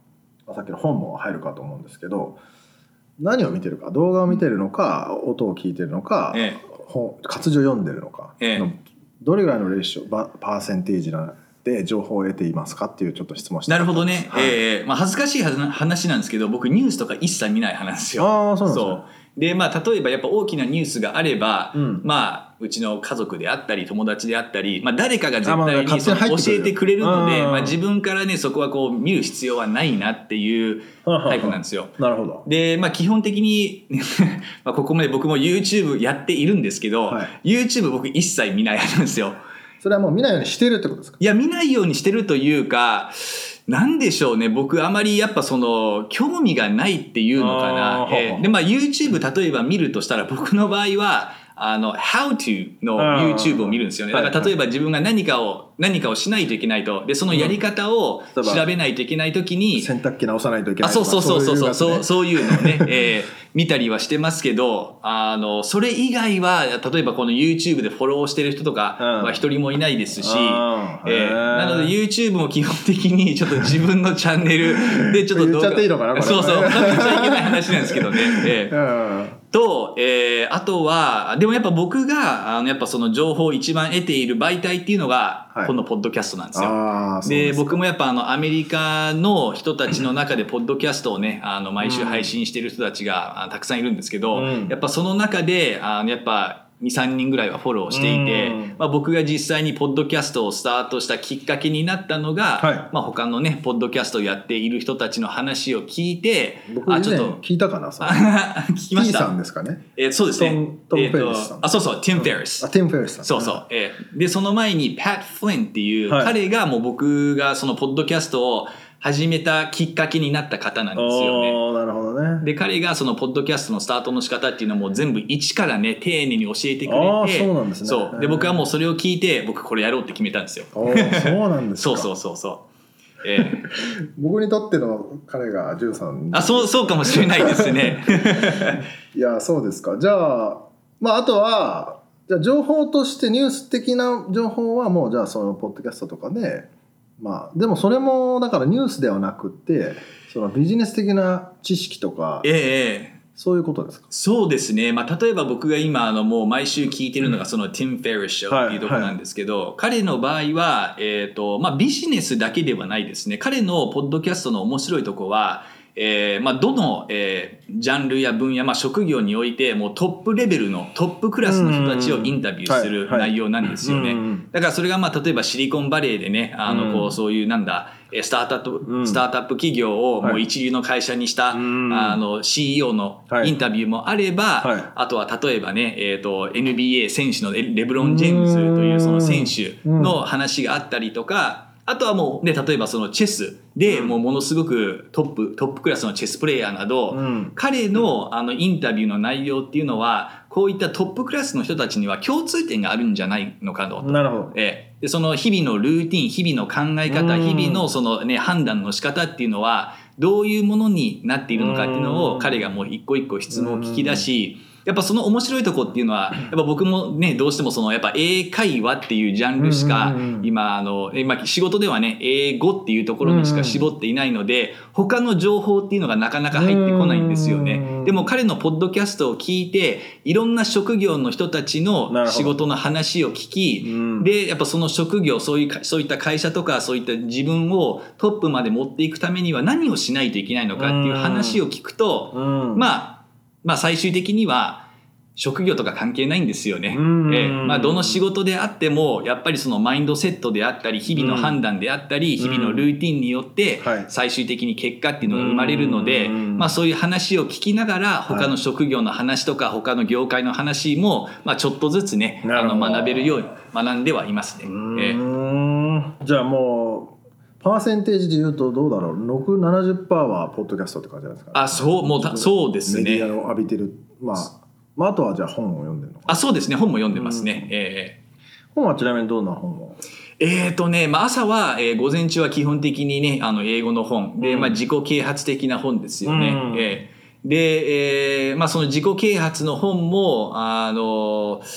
さっきの本も入るかと思うんですけど、何を見てるか、動画を見てるのか、音を聞いてるのか、ええ、本活字を読んでるのか、ええ、どれぐらいのレーションパーセンテージなで情報を得ていますかっていうちょっと質問して。 なるほどね、はい、えーまあ、恥ずかしい話なんですけど、僕ニュースとか一切見ない派なんですよ。 ああ、そうなんですね。そうで、まあ、例えばやっぱ大きなニュースがあれば、うん、まあうちの家族であったり友達であったり、まあ、誰かが絶対にその教えてくれるので、まあ、自分からねそこはこう見る必要はないなっていうタイプなんですよ。 なるほど。 で、まあ、基本的にまあここまで僕も YouTube やっているんですけど、はい、YouTube 僕一切見ない派なんですよ。 それはもう見ないようにしてるってことですか？ いや、見ないようにしてるというか、なんでしょうね、僕あまりやっぱその興味がないっていうのかな。えー、で、まあ YouTube 例えば見るとしたら、僕の場合はあの How to の YouTube を見るんですよね。だから例えば自分が何かを何かをしないといけないと、でそのやり方を調べないといけないときに、 洗濯機直さないといけないとか、あ、そうそうそうそうそう、そういうのをね、えー、見たりはしてますけど、あのそれ以外は例えばこの YouTube でフォローしてる人とかは一人もいないですし、えー、なので YouTube も基本的にちょっと自分のチャンネルでちょっと動画言っちゃっていいのかな、これ。 そうそう、言っちゃいけない話なんですけどね。えーと、えー、あとはでもやっぱ僕があのやっぱその情報を一番得ている媒体っていうのが、はい、このポッドキャストなんですよ。あー、で、僕もやっぱあのアメリカの人たちの中でポッドキャストをね、あの毎週配信している人たちがたくさんいるんですけど、うん、やっぱその中であのやっぱにさんにんぐらいはフォローしていて、まあ、僕が実際にポッドキャストをスタートしたきっかけになったのが、はい、まあ、他のねポッドキャストをやっている人たちの話を聞いて、 僕以前聞いたかな、そ聞きました。 T さんですかね。 えー、そうですね。 トム・フェリスさん。 あ、そうそう、ティム・フェリス。 あ、ティム・フェリスさん。 そうそう。えー、でその前にパット・フリンっていう、はい、彼がもう僕がそのポッドキャストを始めたきっかけになった方なんですよね。 おー、なるほどね。 で、彼がそのポッドキャストのスタートの仕方っていうのも全部一からね丁寧に教えてくれて、 あ、そうなんですね。 そうで、僕はもうそれを聞いて、僕これやろうって決めたんですよ。 おー、そうなんですか。 そうそうそうそう。えー、 僕にとっての彼がジュンさん。 あ、そうそうかもしれないですね。 いや、そうですか。じゃあ、まああとはじゃあ情報としてニュース的な情報はもうじゃあそのポッドキャストとかで。まあ、でもそれもだからニュースではなくってそのビジネス的な知識とか、 ええ、 そういうことですか？ そうですね、まあ、例えば僕が今あのもう毎週聞いてるのがそのティム・フェリスショーっていうところなんですけど、はいはい、彼の場合は、えーとまあ、ビジネスだけではないですね。彼のポッドキャストの面白いところは、えーまあ、どの、えー、ジャンルや分野、まあ、職業においてもうトップレベルのトップクラスの人たちをインタビューする内容なんですよね。だからそれがまあ例えばシリコンバレーでね、あのこうそういうなんだスタートアップ、うん、スタートアップ企業をもう一流の会社にした、はい、あの シーイーオー のインタビューもあれば、はい、あとは例えばね、えーと、エヌビーエー 選手のレブロン・ジェームズというその選手の話があったりとか、あとはもうね、例えばそのチェスでもうものすごくトップトップクラスのチェスプレイヤーなど、うん、彼のあのインタビューの内容っていうのはこういったトップクラスの人たちには共通点があるんじゃないのかと。 なるほど。 えー、でその日々のルーティン、日々の考え方、日々のそのね判断の仕方っていうのはどういうものになっているのかっていうのを彼がもう一個一個質問を聞き出し、やっぱその面白いとこっていうのはやっぱ僕もねどうしてもそのやっぱ英会話っていうジャンルしか今あの今仕事ではね英語っていうところにしか絞っていないので他の情報っていうのがなかなか入ってこないんですよね。でも彼のポッドキャストを聞いていろんな職業の人たちの仕事の話を聞き、でやっぱその職業そういうそういった会社とかそういった自分をトップまで持っていくためには何をしないといけないのかっていう話を聞くと、まあまあ最終的には職業とか関係ないんですよね。えーまあ、どの仕事であってもやっぱりそのマインドセットであったり日々の判断であったり日々のルーティンによって最終的に結果っていうのが生まれるので、まあ、そういう話を聞きながら他の職業の話とか他の業界の話もまあちょっとずつねあの学べるように学んではいますね。えー、じゃあもうパーセンテージで言うとどうだろう ろくじゅう、ななじゅっパーセント はポッドキャストって感じじゃないですか、ね、 あ、そう、もうそうですね。 メディアを浴びてる、まあ、まああとはじゃあ本を読んでるのかな。 あ、そうですね、本も読んでますね。えー、本はちなみにどんな本を？ えーとねまあ、朝は、えー、午前中は基本的にねあの英語の本で、まあ、自己啓発的な本ですよね。うんえー、で、えーまあ、その自己啓発の本もあの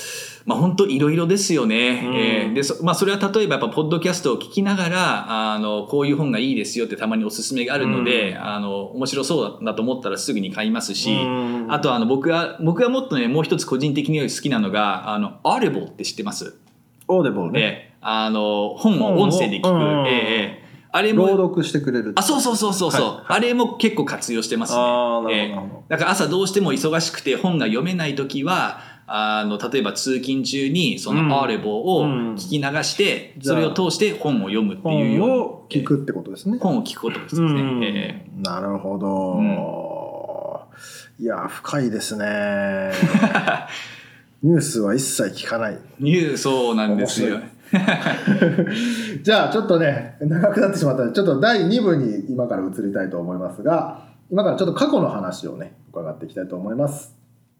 まあ、本当いろいろですよね、 うんえーでそまあ、それは例えばやっぱポッドキャストを聞きながらあのこういう本がいいですよってたまにおすすめがあるので、うん、あの面白そうだと思ったらすぐに買いますし、うん、あとあの僕は僕はもっとねもう一つ個人的に好きなのがあの Audible って知ってます？ Audible ね、 えー、あの本を音声で聞く、うん、えーあれも朗読してくれる。 あ、そうそうそうそうそう、はいはい、あれも結構活用してますね。 あ、なるほど、 えー、だから朝どうしても忙しくて本が読めないときはあの例えば通勤中にその Audible を聞き流して、うん、それを通して本を読むっていうように本を聞くってことですね。 本を聞くことですね、うんえー、なるほど、うん、いや深いですねニュースは一切聞かない。 ニュースそうなんですよじゃあちょっとね長くなってしまったのでちょっとだいに部に今から移りたいと思いますが、今からちょっと過去の話をね伺っていきたいと思います。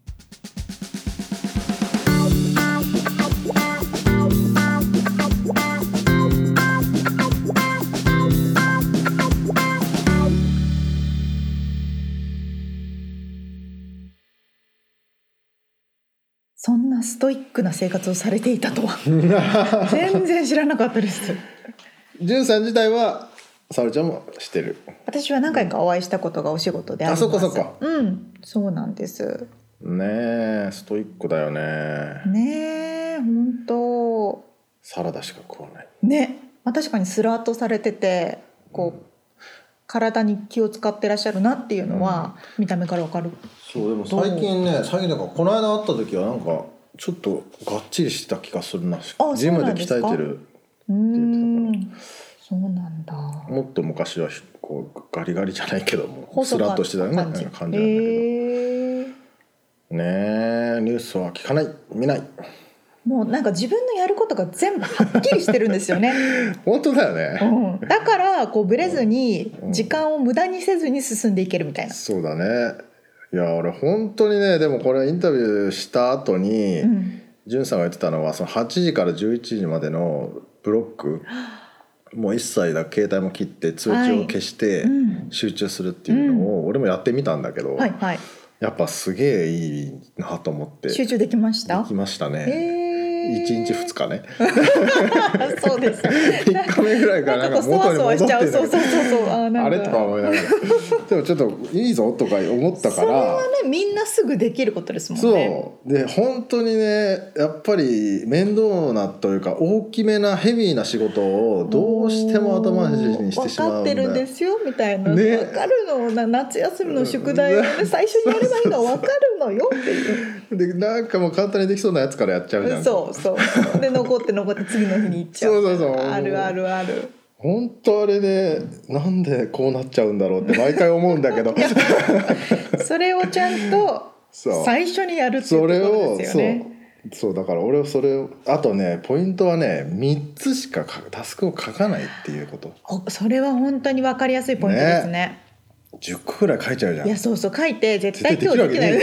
そんなストイックな生活をされていたとは全然知らなかったです。 じゅんさん自体は沙織ちゃんも知ってる？ 私は何回かお会いしたことがお仕事であります。 あ、そっかそっか。 うん、そうなんです。 ねえ、ストイックだよね。 ねえ、本当。 サラダしか食わない。 ね、まあ、確かにスラートされてて、こう、うん、体に気を使ってらっしゃるなっていうのは見た目からわかる。 そうでも最近ね、最近だからこの間会った時はなんかちょっとがっちりしてた気がするな。ジムで鍛えてるって言ってたから。 そうなんだ。 もっと昔はこうガリガリじゃないけどもスラッとしてたような感じなんだけど、えー、ねえニュースは聞かない見ない。 もうなんか自分のやることが全部はっきりしてるんですよね本当だよね、 うん、だからこうブレずに時間を無駄にせずに進んでいけるみたいな、うん、 そうだね。いや俺本当にねでもこれインタビューした後に、うん、じゅんさんが言ってたのはそのはちじからじゅういちじまでのブロックもう一切だ携帯も切って通知を消して集中するっていうのを俺もやってみたんだけど、はいはい、やっぱすげえいいなと思って。 集中できました？ できましたね。いちにちふつかねそうですいっかめぐらいからなんか元に戻ってるそうそうそうそうああれとか思いながらでもちょっといいぞとか思ったから。それはねみんなすぐできることですもんね。 そうで本当にねやっぱり面倒なというか大きめなヘビーな仕事をどうしても後回しにしてしまうんだよ。 分かってるんですよみたいな、ね、分かるのな夏休みの宿題を、ね、最初にやればいいのは分かるのよっていうでなんかもう簡単にできそうなやつからやっちゃうじゃん。 そうそうで残って残って次の日に行っちゃう。 そうそうそうあるあるある。 本当あれでなんでこうなっちゃうんだろうって毎回思うんだけどそれをちゃんと最初にやるっていうことですよね。 そうだから俺はそれをあとねポイントはねみっつしかタスクを書かないっていうこと。 それは本当に分かりやすいポイントですね。 ねじゅっこくらい書いちゃうじゃん。 いやそうそう書いて絶対今日できない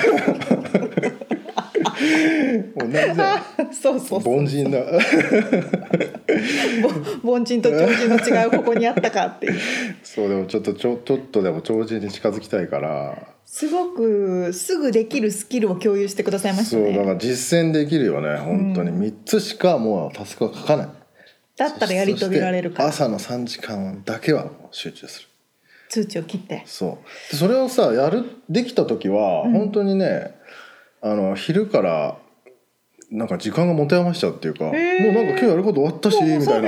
同じだそうそうそう凡人だ凡人と超人の違いをここにあったかっていうそうでもちょっとちょ、ちょっとでも超人に近づきたいからすごくすぐできるスキルを共有してくださいましたね。 そうだから実践できるよね本当に、うん、みっつしかもうタスクは書かない。 だったらやり遂げられるから。 朝のさんじかんだけは集中する。 通知を切って。 そうでそれをさやるできた時は、うん、本当にねあの昼からなんか時間が持て余しちゃうっていうか、もうなんか今日やること終わったしみたいな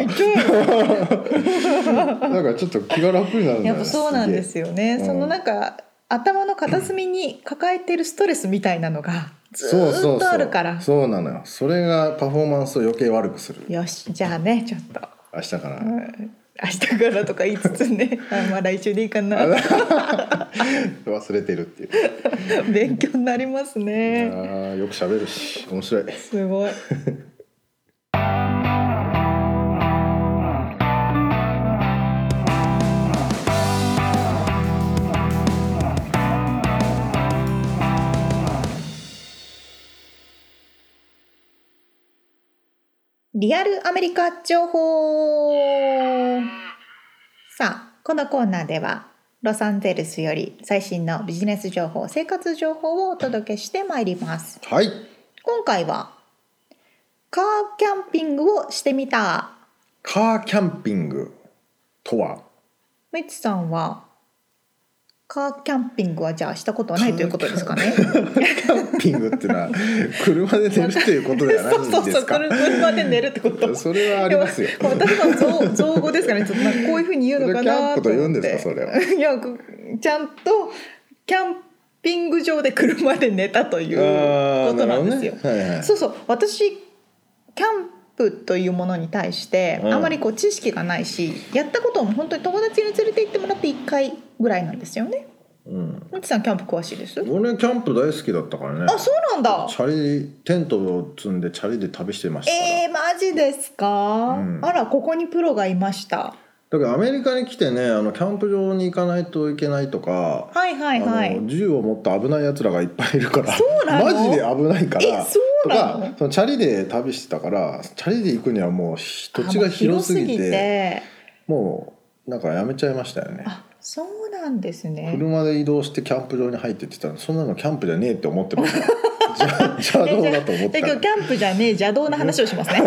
なんかちょっと気が楽になるんだよね。 やっぱそうなんですよね、うん、そのなんか頭の片隅に抱えてるストレスみたいなのがずっとあるから。 そうそうそうそうなのよ。それがパフォーマンスを余計悪くする。 よしじゃあねちょっと明日から、うん、 明日からとか言いつつねあまあ来週でいいかな忘れてるっていう勉強になりますね。 あよく喋るし面白い。 すごいリアルアメリカ情報。さあこのコーナーではロサンゼルスより最新のビジネス情報生活情報をお届けしてまいります。 はい。 今回はカーキャンピングをしてみた。 カーキャンピングとは？ みつさんはカーキャンピングはじゃあしたことはないということですかね。 キャンピングってのは車で寝るっていうことではないんですか？ そうそうそう、車で寝るってこと。 それはありますよ。 私は 造, 造語ですかね。ちょっとなんかこういうふうに言うのかなと思って。 キャンプと言うんですかそれは。 いや、ちゃんとキャンピング場で車で寝たということなんですよ。 ね、はいはい、 そうそう、私キャンプというものに対してあまりこう知識がないし、うん、やったことも本当に友達に連れて行ってもらっていっかいぐらいなんですよね。うん、みつさんキャンプ詳しいです？ 俺キャンプ大好きだったからね。 あ、そうなんだ。 チャリテントを積んでチャリで旅してましたから。 えー、マジですか、うん、あら、ここにプロがいました。 だからアメリカに来てね、あのキャンプ場に行かないといけないとか、 はいはいはい、 あの銃を持った危ないやつらがいっぱいいるから、そうなの？マジで危ないから。 え、そうなの？ とか、そのチャリで旅してたから、チャリで行くにはもう土地が広すぎて、広すぎてもうなんかやめちゃいましたよね。 あ、そうなんですね。 車で移動してキャンプ場に入ってって言ったら、そんなのキャンプじゃねえって思ってました邪道だと思ってた。 今日キャンプじゃねえ邪道な話をしますね。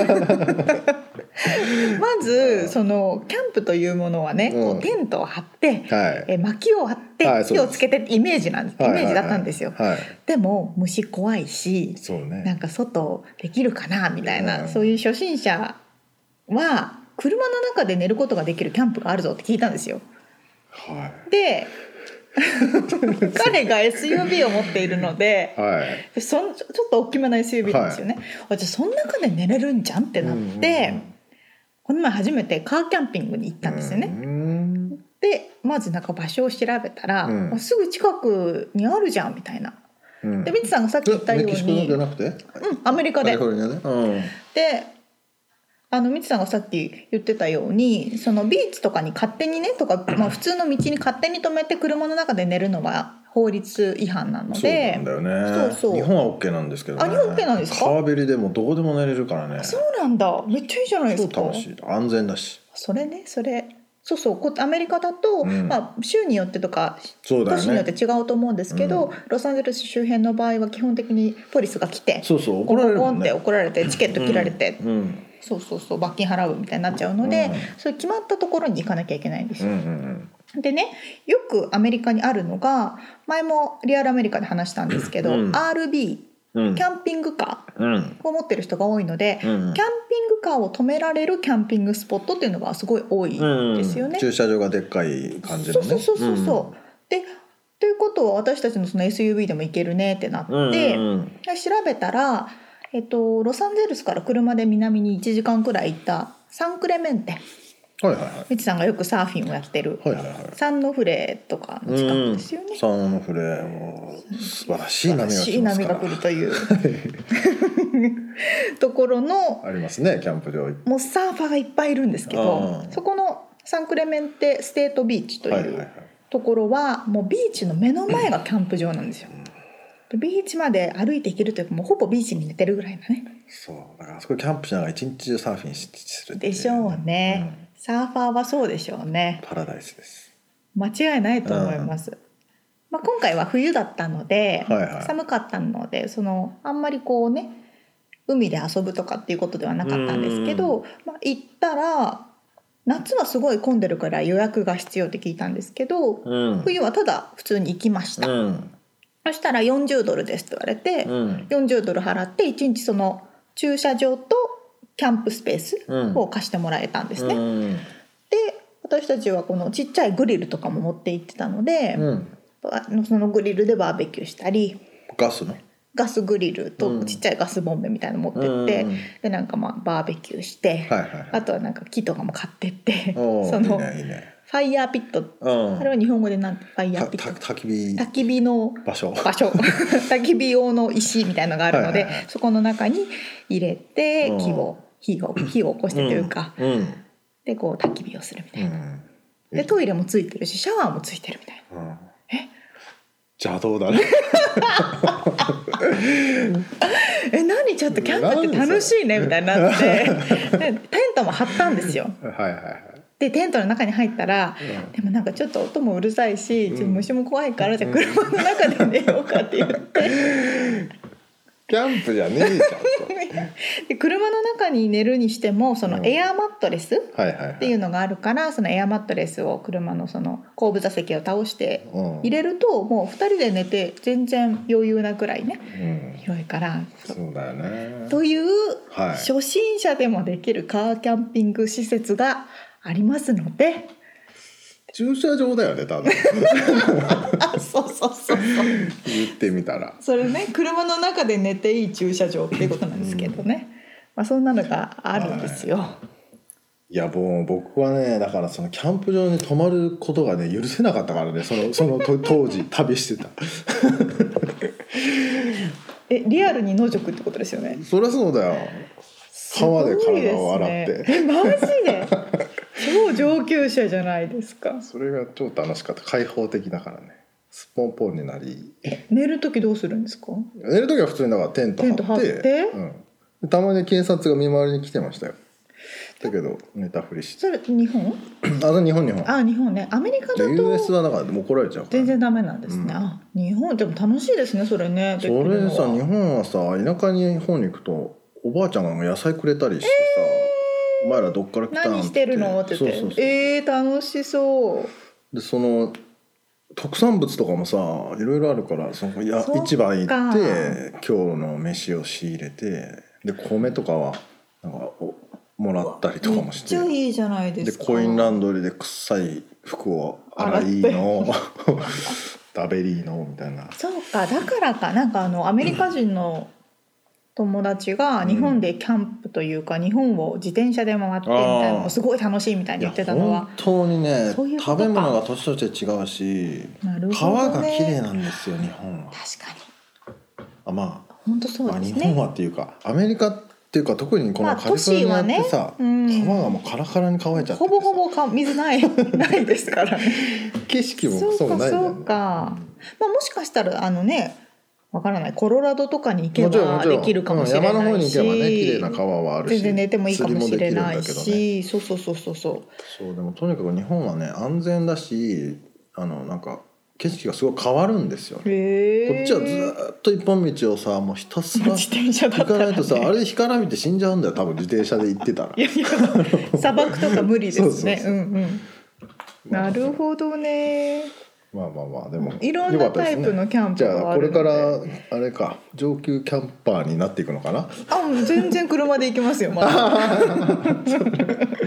まずそのキャンプというものはね、うん、こうテントを張って、はい、え薪を張って火をつけてイメージなんです、イメージだったんですよ、はいはいはい、でも虫怖いし、そうね、なんか外できるかなみたいな、うん、そういう初心者は車の中で寝ることができるキャンプがあるぞって聞いたんですよ、はい、で彼が エスユービー を持っているので、はい、そんちょっと大きめな エスユービー なんですよね、はい、じゃあその中で寝れるんじゃんってなって、うんうん、この前初めてカーキャンピングに行ったんですよね、うん、でまずなんか場所を調べたら、うん、すぐ近くにあるじゃんみたいな、うん、でミツさんがさっき言ったように、メキシコじゃなくて、うん、アメリカで、カリフォルニアね、うん、であのミツさんがさっき言ってたように、そのビーチとかに勝手にねとか、まあ、普通の道に勝手に止めて車の中で寝るのは法律違反なので。 そうなんだよね。そうそう、日本は OK なんですけどね。 あ、日本 OK なんですか？ 川べりでもどこでも寝れるからね。 そうなんだ、めっちゃいいじゃないですか。 超楽しい、安全だし。 それね、それそうそう、アメリカだと、うんまあ、州によってとか、 ね、 都市によって違うと思うんですけど、うん、ロサンゼルス周辺の場合は基本的にポリスが来て、 そうそう、怒られるもんね、 ゴンって怒られてチケット切られて、 うんうん、 そうそうそう、罰金払うみたいになっちゃうので、うん、そういう決まったところに行かなきゃいけないんですよ、うんうんうん、でね、よくアメリカにあるのが、前もリアルアメリカで話したんですけど、うん、アールビー、うん、キャンピングカーを持ってる人が多いので、うん、キャンピングカーを止められるキャンピングスポットっていうのがすごい多いですよね、 うん、駐車場がでっかい感じのね。 そうそうそうそう、うん、でということは私たちのその エスユービー でも行けるねってなって、うんうん、調べたら、えっと、ロサンゼルスから車で南にいちじかんくらい行ったサンクレメンテ、 はいはいはい、 みちさんがよくサーフィンをやってる、はいはいはい、サンノフレとかの近くですよね、 うん、サンノフレも素晴らしい波が来ますから、素晴らしい波が来るというところのありますね、キャンプ場。 もうサーファーがいっぱいいるんですけど、そこのサンクレメンテステートビーチというところはもうビーチの目の前がキャンプ場なんですよ、うん、ビーチまで歩いて行けるというか、もうほぼビーチに寝てるぐらいだね。 そうだから、あそこキャンプしながら一日中サーフィンするっていう、 でしょうね、うん、サーファーはそうでしょうね。 パラダイスです、 間違いないと思います、うん、まあ、今回は冬だったので、はいはい、寒かったので、そのあんまりこうね海で遊ぶとかっていうことではなかったんですけど、まあ、行ったら夏はすごい混んでるから予約が必要って聞いたんですけど、うん、冬はただ普通に行きました、うん、そしたらよんじゅうドルですって言われて、うん、よんじゅうドル払っていちにちその駐車場とキャンプスペースを貸してもらえたんですね、うん、で私たちはこのちっちゃいグリルとかも持って行ってたので、うん、そのグリルでバーベキューしたり、 ガスのガスグリルとちっちゃいガスボンベみたいなの持ってって、うん、でなんかまあバーベキューして、はいはいはい、あとはなんか木とかも買ってってそのいいねいいね、ファイヤーピット、うん、あれは日本語でなんてファイヤーピット、 たた焚き火焚き火の場所場所焚き火用の石みたいなのがあるので、はいはいはい、そこの中に入れて木を火を火を起こしてというか、うんうん、でこう焚き火をするみたいな、うん、でトイレもついてるしシャワーもついてるみたいな、うん、え邪道だねえ、何ちょっとキャンプって楽しいねみたいになってテントも張ったんですよはいはいはい。でテントの中に入ったら、うん、でもなんかちょっと音もうるさいし、うん、ちょっと虫も怖いから、じゃあ車の中で寝ようかって言って、 キャンプじゃねえじゃんとで車の中に寝るにしてもそのエアマットレスっていうのがあるから、そのエアマットレスを車のその後部座席を倒して入れると、もうふたりで寝て全然余裕なくらいね、うん、広いから。 そうだよね。 という、はい、初心者でもできるカーキャンピング施設がありますので。 駐車場だよね多分そうそうそうそう言ってみたらそれね、車の中で寝ていい駐車場っていうことなんですけどね、うんまあ、そんなのがあるんですよ、はい、 いやもう僕はねだからそのキャンプ場に泊まることがね許せなかったからね、そのその当時旅してたえリアルに野宿ってことですよね。 そりゃそうだよ、川で体を洗って、 えマジで超上級者じゃないですか。 それが超楽しかった。開放的だからね、スポンポンになり。 え寝る時どうするんですか。 寝る時は普通にだからテント張って、テント張って、うん、たまに警察が見回りに来てましたよ。だけど寝たふりして。 それ日本あ日本日本あ日本ね。アメリカだと ユーエス はだからもう怒られちゃうから、 全然ダメなんですね、うん、あ日本でも楽しいですねそれね。 それさ日本はさ田舎に方に行くとおばあちゃんが野菜くれたりしてさ、えー、お前らどっから来たんって何してるのって言って、そうそうそう、えー、楽しそう。 でその特産物とかもさいろいろあるから、そのや市場行って今日の飯を仕入れて、で米とかはなんかもらったりとかもして、 めっちゃいいじゃないですか。 でコインランドリーで臭い服を洗いの食べりのみたいな。 そうかだからかなんかあのアメリカ人の友達が日本でキャンプというか、うん、日本を自転車で回ってみたいなのすごい楽しいみたいに言ってたのは、 本当にねそういう食べ物が年として違うし、なるほどね、川が綺麗なんですよ日本は。 確かにあまあ本当そうですね、 まあ、日本はっていうかアメリカっていうか特にこのカリフォルニアってさ、まあねうん、川がもうカラカラに乾いちゃっててさほぼほぼか水ないないですからね景色もそうないんだよね。 そうかそうか、まあ、もしかしたらあのねわからないコロラドとかに行けばできるかもしれないし、 山の方に行けばね綺麗な川はあるし全然寝てもいいかもしれないし、 ね、 そうそうそうそうそうそうでもとにかく日本はね安全だしあのなんか景色がすごい変わるんですよ、ね、 へこっちはずっと一本道をさもうひたすら自転車だったら、ね、 行かないとさあれ干からびて死んじゃうんだよ多分自転車で行ってたら。いやいや砂漠とか無理ですね。うんうんなるほどね。 まあまあまあでもいろんなタイプのキャンプがあるので、 じゃあこれからあれか上級キャンパーになっていくのかな。 あ全然車で行きますよ、まだ楽しいのか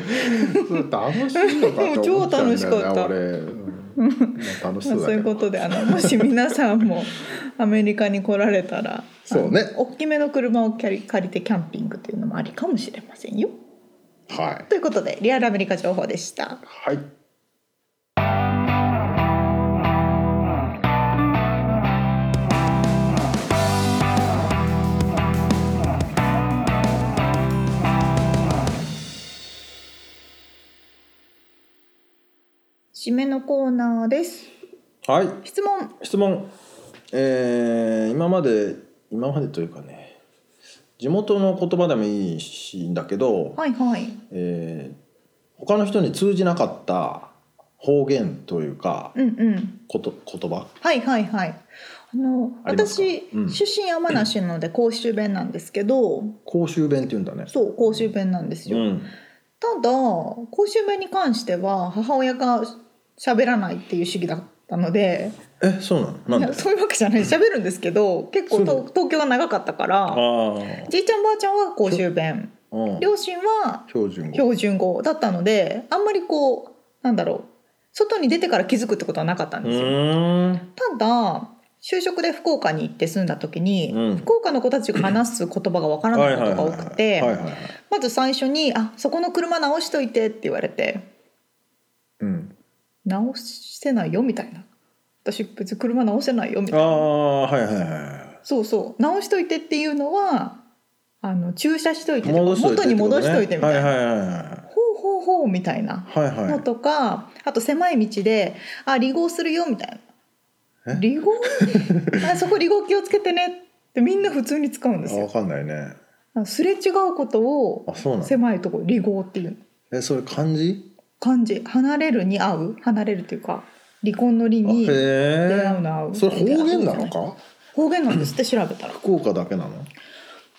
って思っちゃうんだよね。超楽しかった俺、うん、楽しそうだけどそういうことであのもし皆さんもアメリカに来られたらそうね大きめの車を借りてキャンピングというのもありかもしれませんよ。 はいということでリアルアメリカ情報でした。 はい。 締めのコーナーです。 はい。 質問。 質問。えー、今まで今までというかね、地元の言葉でもいいしいいんだけど、 はいはい。 えー、他の人に通じなかった方言というか、 うんうん。 こと言葉。 はいはいはい。あのあ私、うん、出身山梨なので甲州弁なんですけど。 甲州弁って言うんだね。 そう甲州弁なんですよ。うん、ただ甲州弁に関しては母親が喋らないっていう主義だったので。 えそうなの？なんで？ いやそういうわけじゃない。喋るんですけど結構と東京が長かったからじいちゃんばあちゃんは甲州弁、両親は標準語標準語だったのであんまりこうなんだろう外に出てから気づくってことはなかったんですよ。ただ就職で福岡に行って住んだ時に、うん、福岡の子たちが話す言葉がわからないことが多くてまず最初にあそこの車直しといてって言われて、うん、直せないよみたいな。私別に車直せないよみたいな。 あはいはいはいそうそう直しといてっていうのはあの駐車しといてとか元に戻しといてみたいな、はいはいはいはい、ほうほうほうみたいなのとか、はいはい、あと狭い道であ離合するよみたいな離合あそこ離合気をつけてねってみんな普通に使うんですよ。 分かんないね。 すれ違うことを狭いところ離合っていう。 えそれ漢字？ 漢字離れるに合う離れるというか離婚の離に出会うの合う。 それ方言なのか？ 方言なんですって調べたら。 福岡だけなの？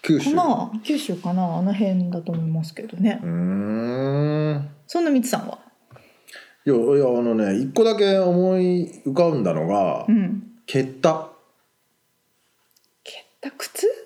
九州かな、九州かな、あの辺だと思いますけどね。 うーんそんなみつさんは？ いやいやあのね一個だけ思い浮かんだのが、 うん、 蹴った蹴った靴？ 違う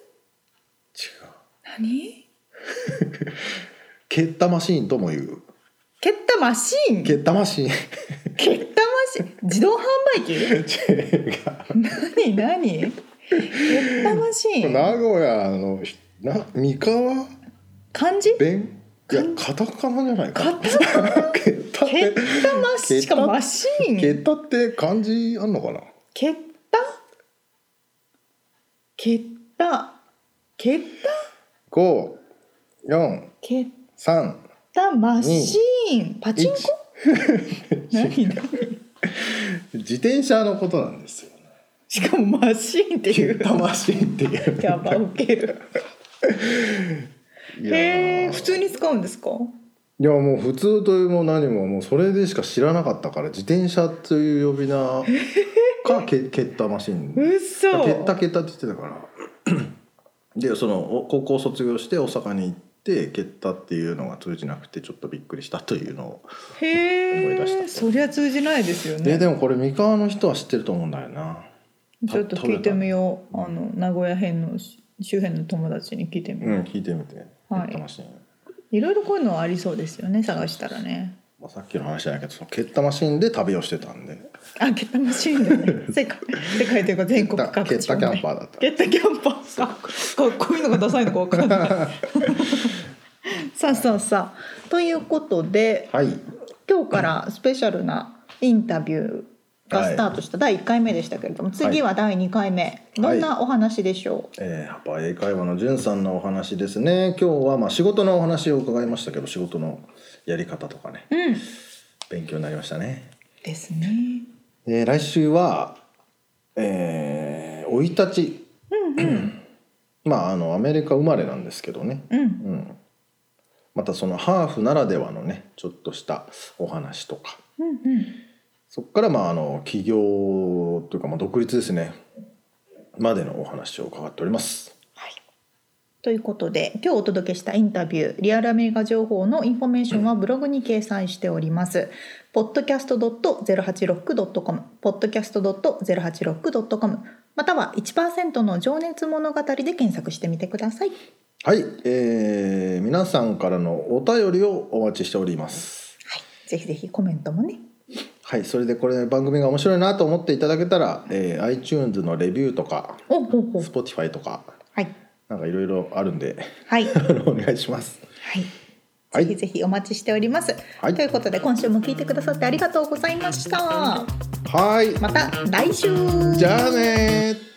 何？ 蹴ったマシーンとも言う。 蹴ったマシーン？ 蹴ったマシーン蹴ったマシーン、自動販売機？ 違う何何？蹴ったマシーン、 名古屋のな三河漢字？ 弁いやカタカナじゃないかカタカナ？ 蹴ったって蹴ったマシーン、しかもマシーン、 蹴ったって漢字あんのかな。 蹴った蹴った蹴ったご、よん、 蹴っさんたマシーン、パチンコ？何何？ 自転車のことなんですよ。 しかもマシーンっていう。 蹴ったマシーンっていう。 やばウケる。 いやへえ、普通に使うんですか？ いやもう普通というも何ももうそれでしか知らなかったから、自転車という呼び名か蹴蹴ったマシーン。 嘘。 蹴った蹴ったって言ってたからでその高校卒業して大阪に行って蹴ったっていうのが通じなくてちょっとびっくりしたというのをへ思い出したえ、そりゃ通じないですよね。 ででもこれ三河の人は知ってると思うんだよな。 ちょっと聞いてみよう。あの名古屋編の周辺の友達に聞いてみよう。 うん聞いてみて。 はい蹴ったマシーン、 いろいろこういうのはありそうですよね、探したらね。 まあ、さっきの話じゃないけどその蹴ったマシーンで旅をしてたんで。 あ、蹴ったマシーンでね。世界世界というか全国各地、ね、 蹴ったキャンパーだった。 蹴ったキャンパーか。ここういうのがダサいのか分かんない。さあさあさあということで、 はい、 今日からスペシャルなインタビューがスタートしただいいっかいめでしたけれども、次はだいにかいめ、どんなお話でしょう？ はい、えー、やっぱ英会話のじゅんさんのお話ですね。今日はまあ仕事のお話を伺いましたけど、仕事のやり方とかね、 うん、 勉強になりましたね。 ですね。 えー、来週はえ生、ー、い立ち、 うんうん、 まああのアメリカ生まれなんですけどね、 うんうんうんまたそのハーフならではのねちょっとしたお話とか、 うんうん、 そこからまああの起業というかまあ独立ですねまでのお話を伺っております。 はい、ということで今日お届けしたインタビューリアルアメリカ情報のインフォメーションはブログに掲載しております。ポッドキャスト ドット ゼロはちろく ドット コム ポッドキャスト ドット ゼロはちろく ドット コム または いちパーセント の情熱物語で検索してみてください。 はい、えー、皆さんからのお便りをお待ちしております。 はい、ぜひぜひコメントもね。 はい、それでこれ番組が面白いなと思っていただけたら、えー、iTunes のレビューとかおほほ Spotify とか、 はい、 なんかいろいろあるんで、 はい、 お願いします。 はい、ぜひぜひお待ちしております、はい、ということで今週も聞いてくださってありがとうございました。 はい、 また来週。 じゃあね。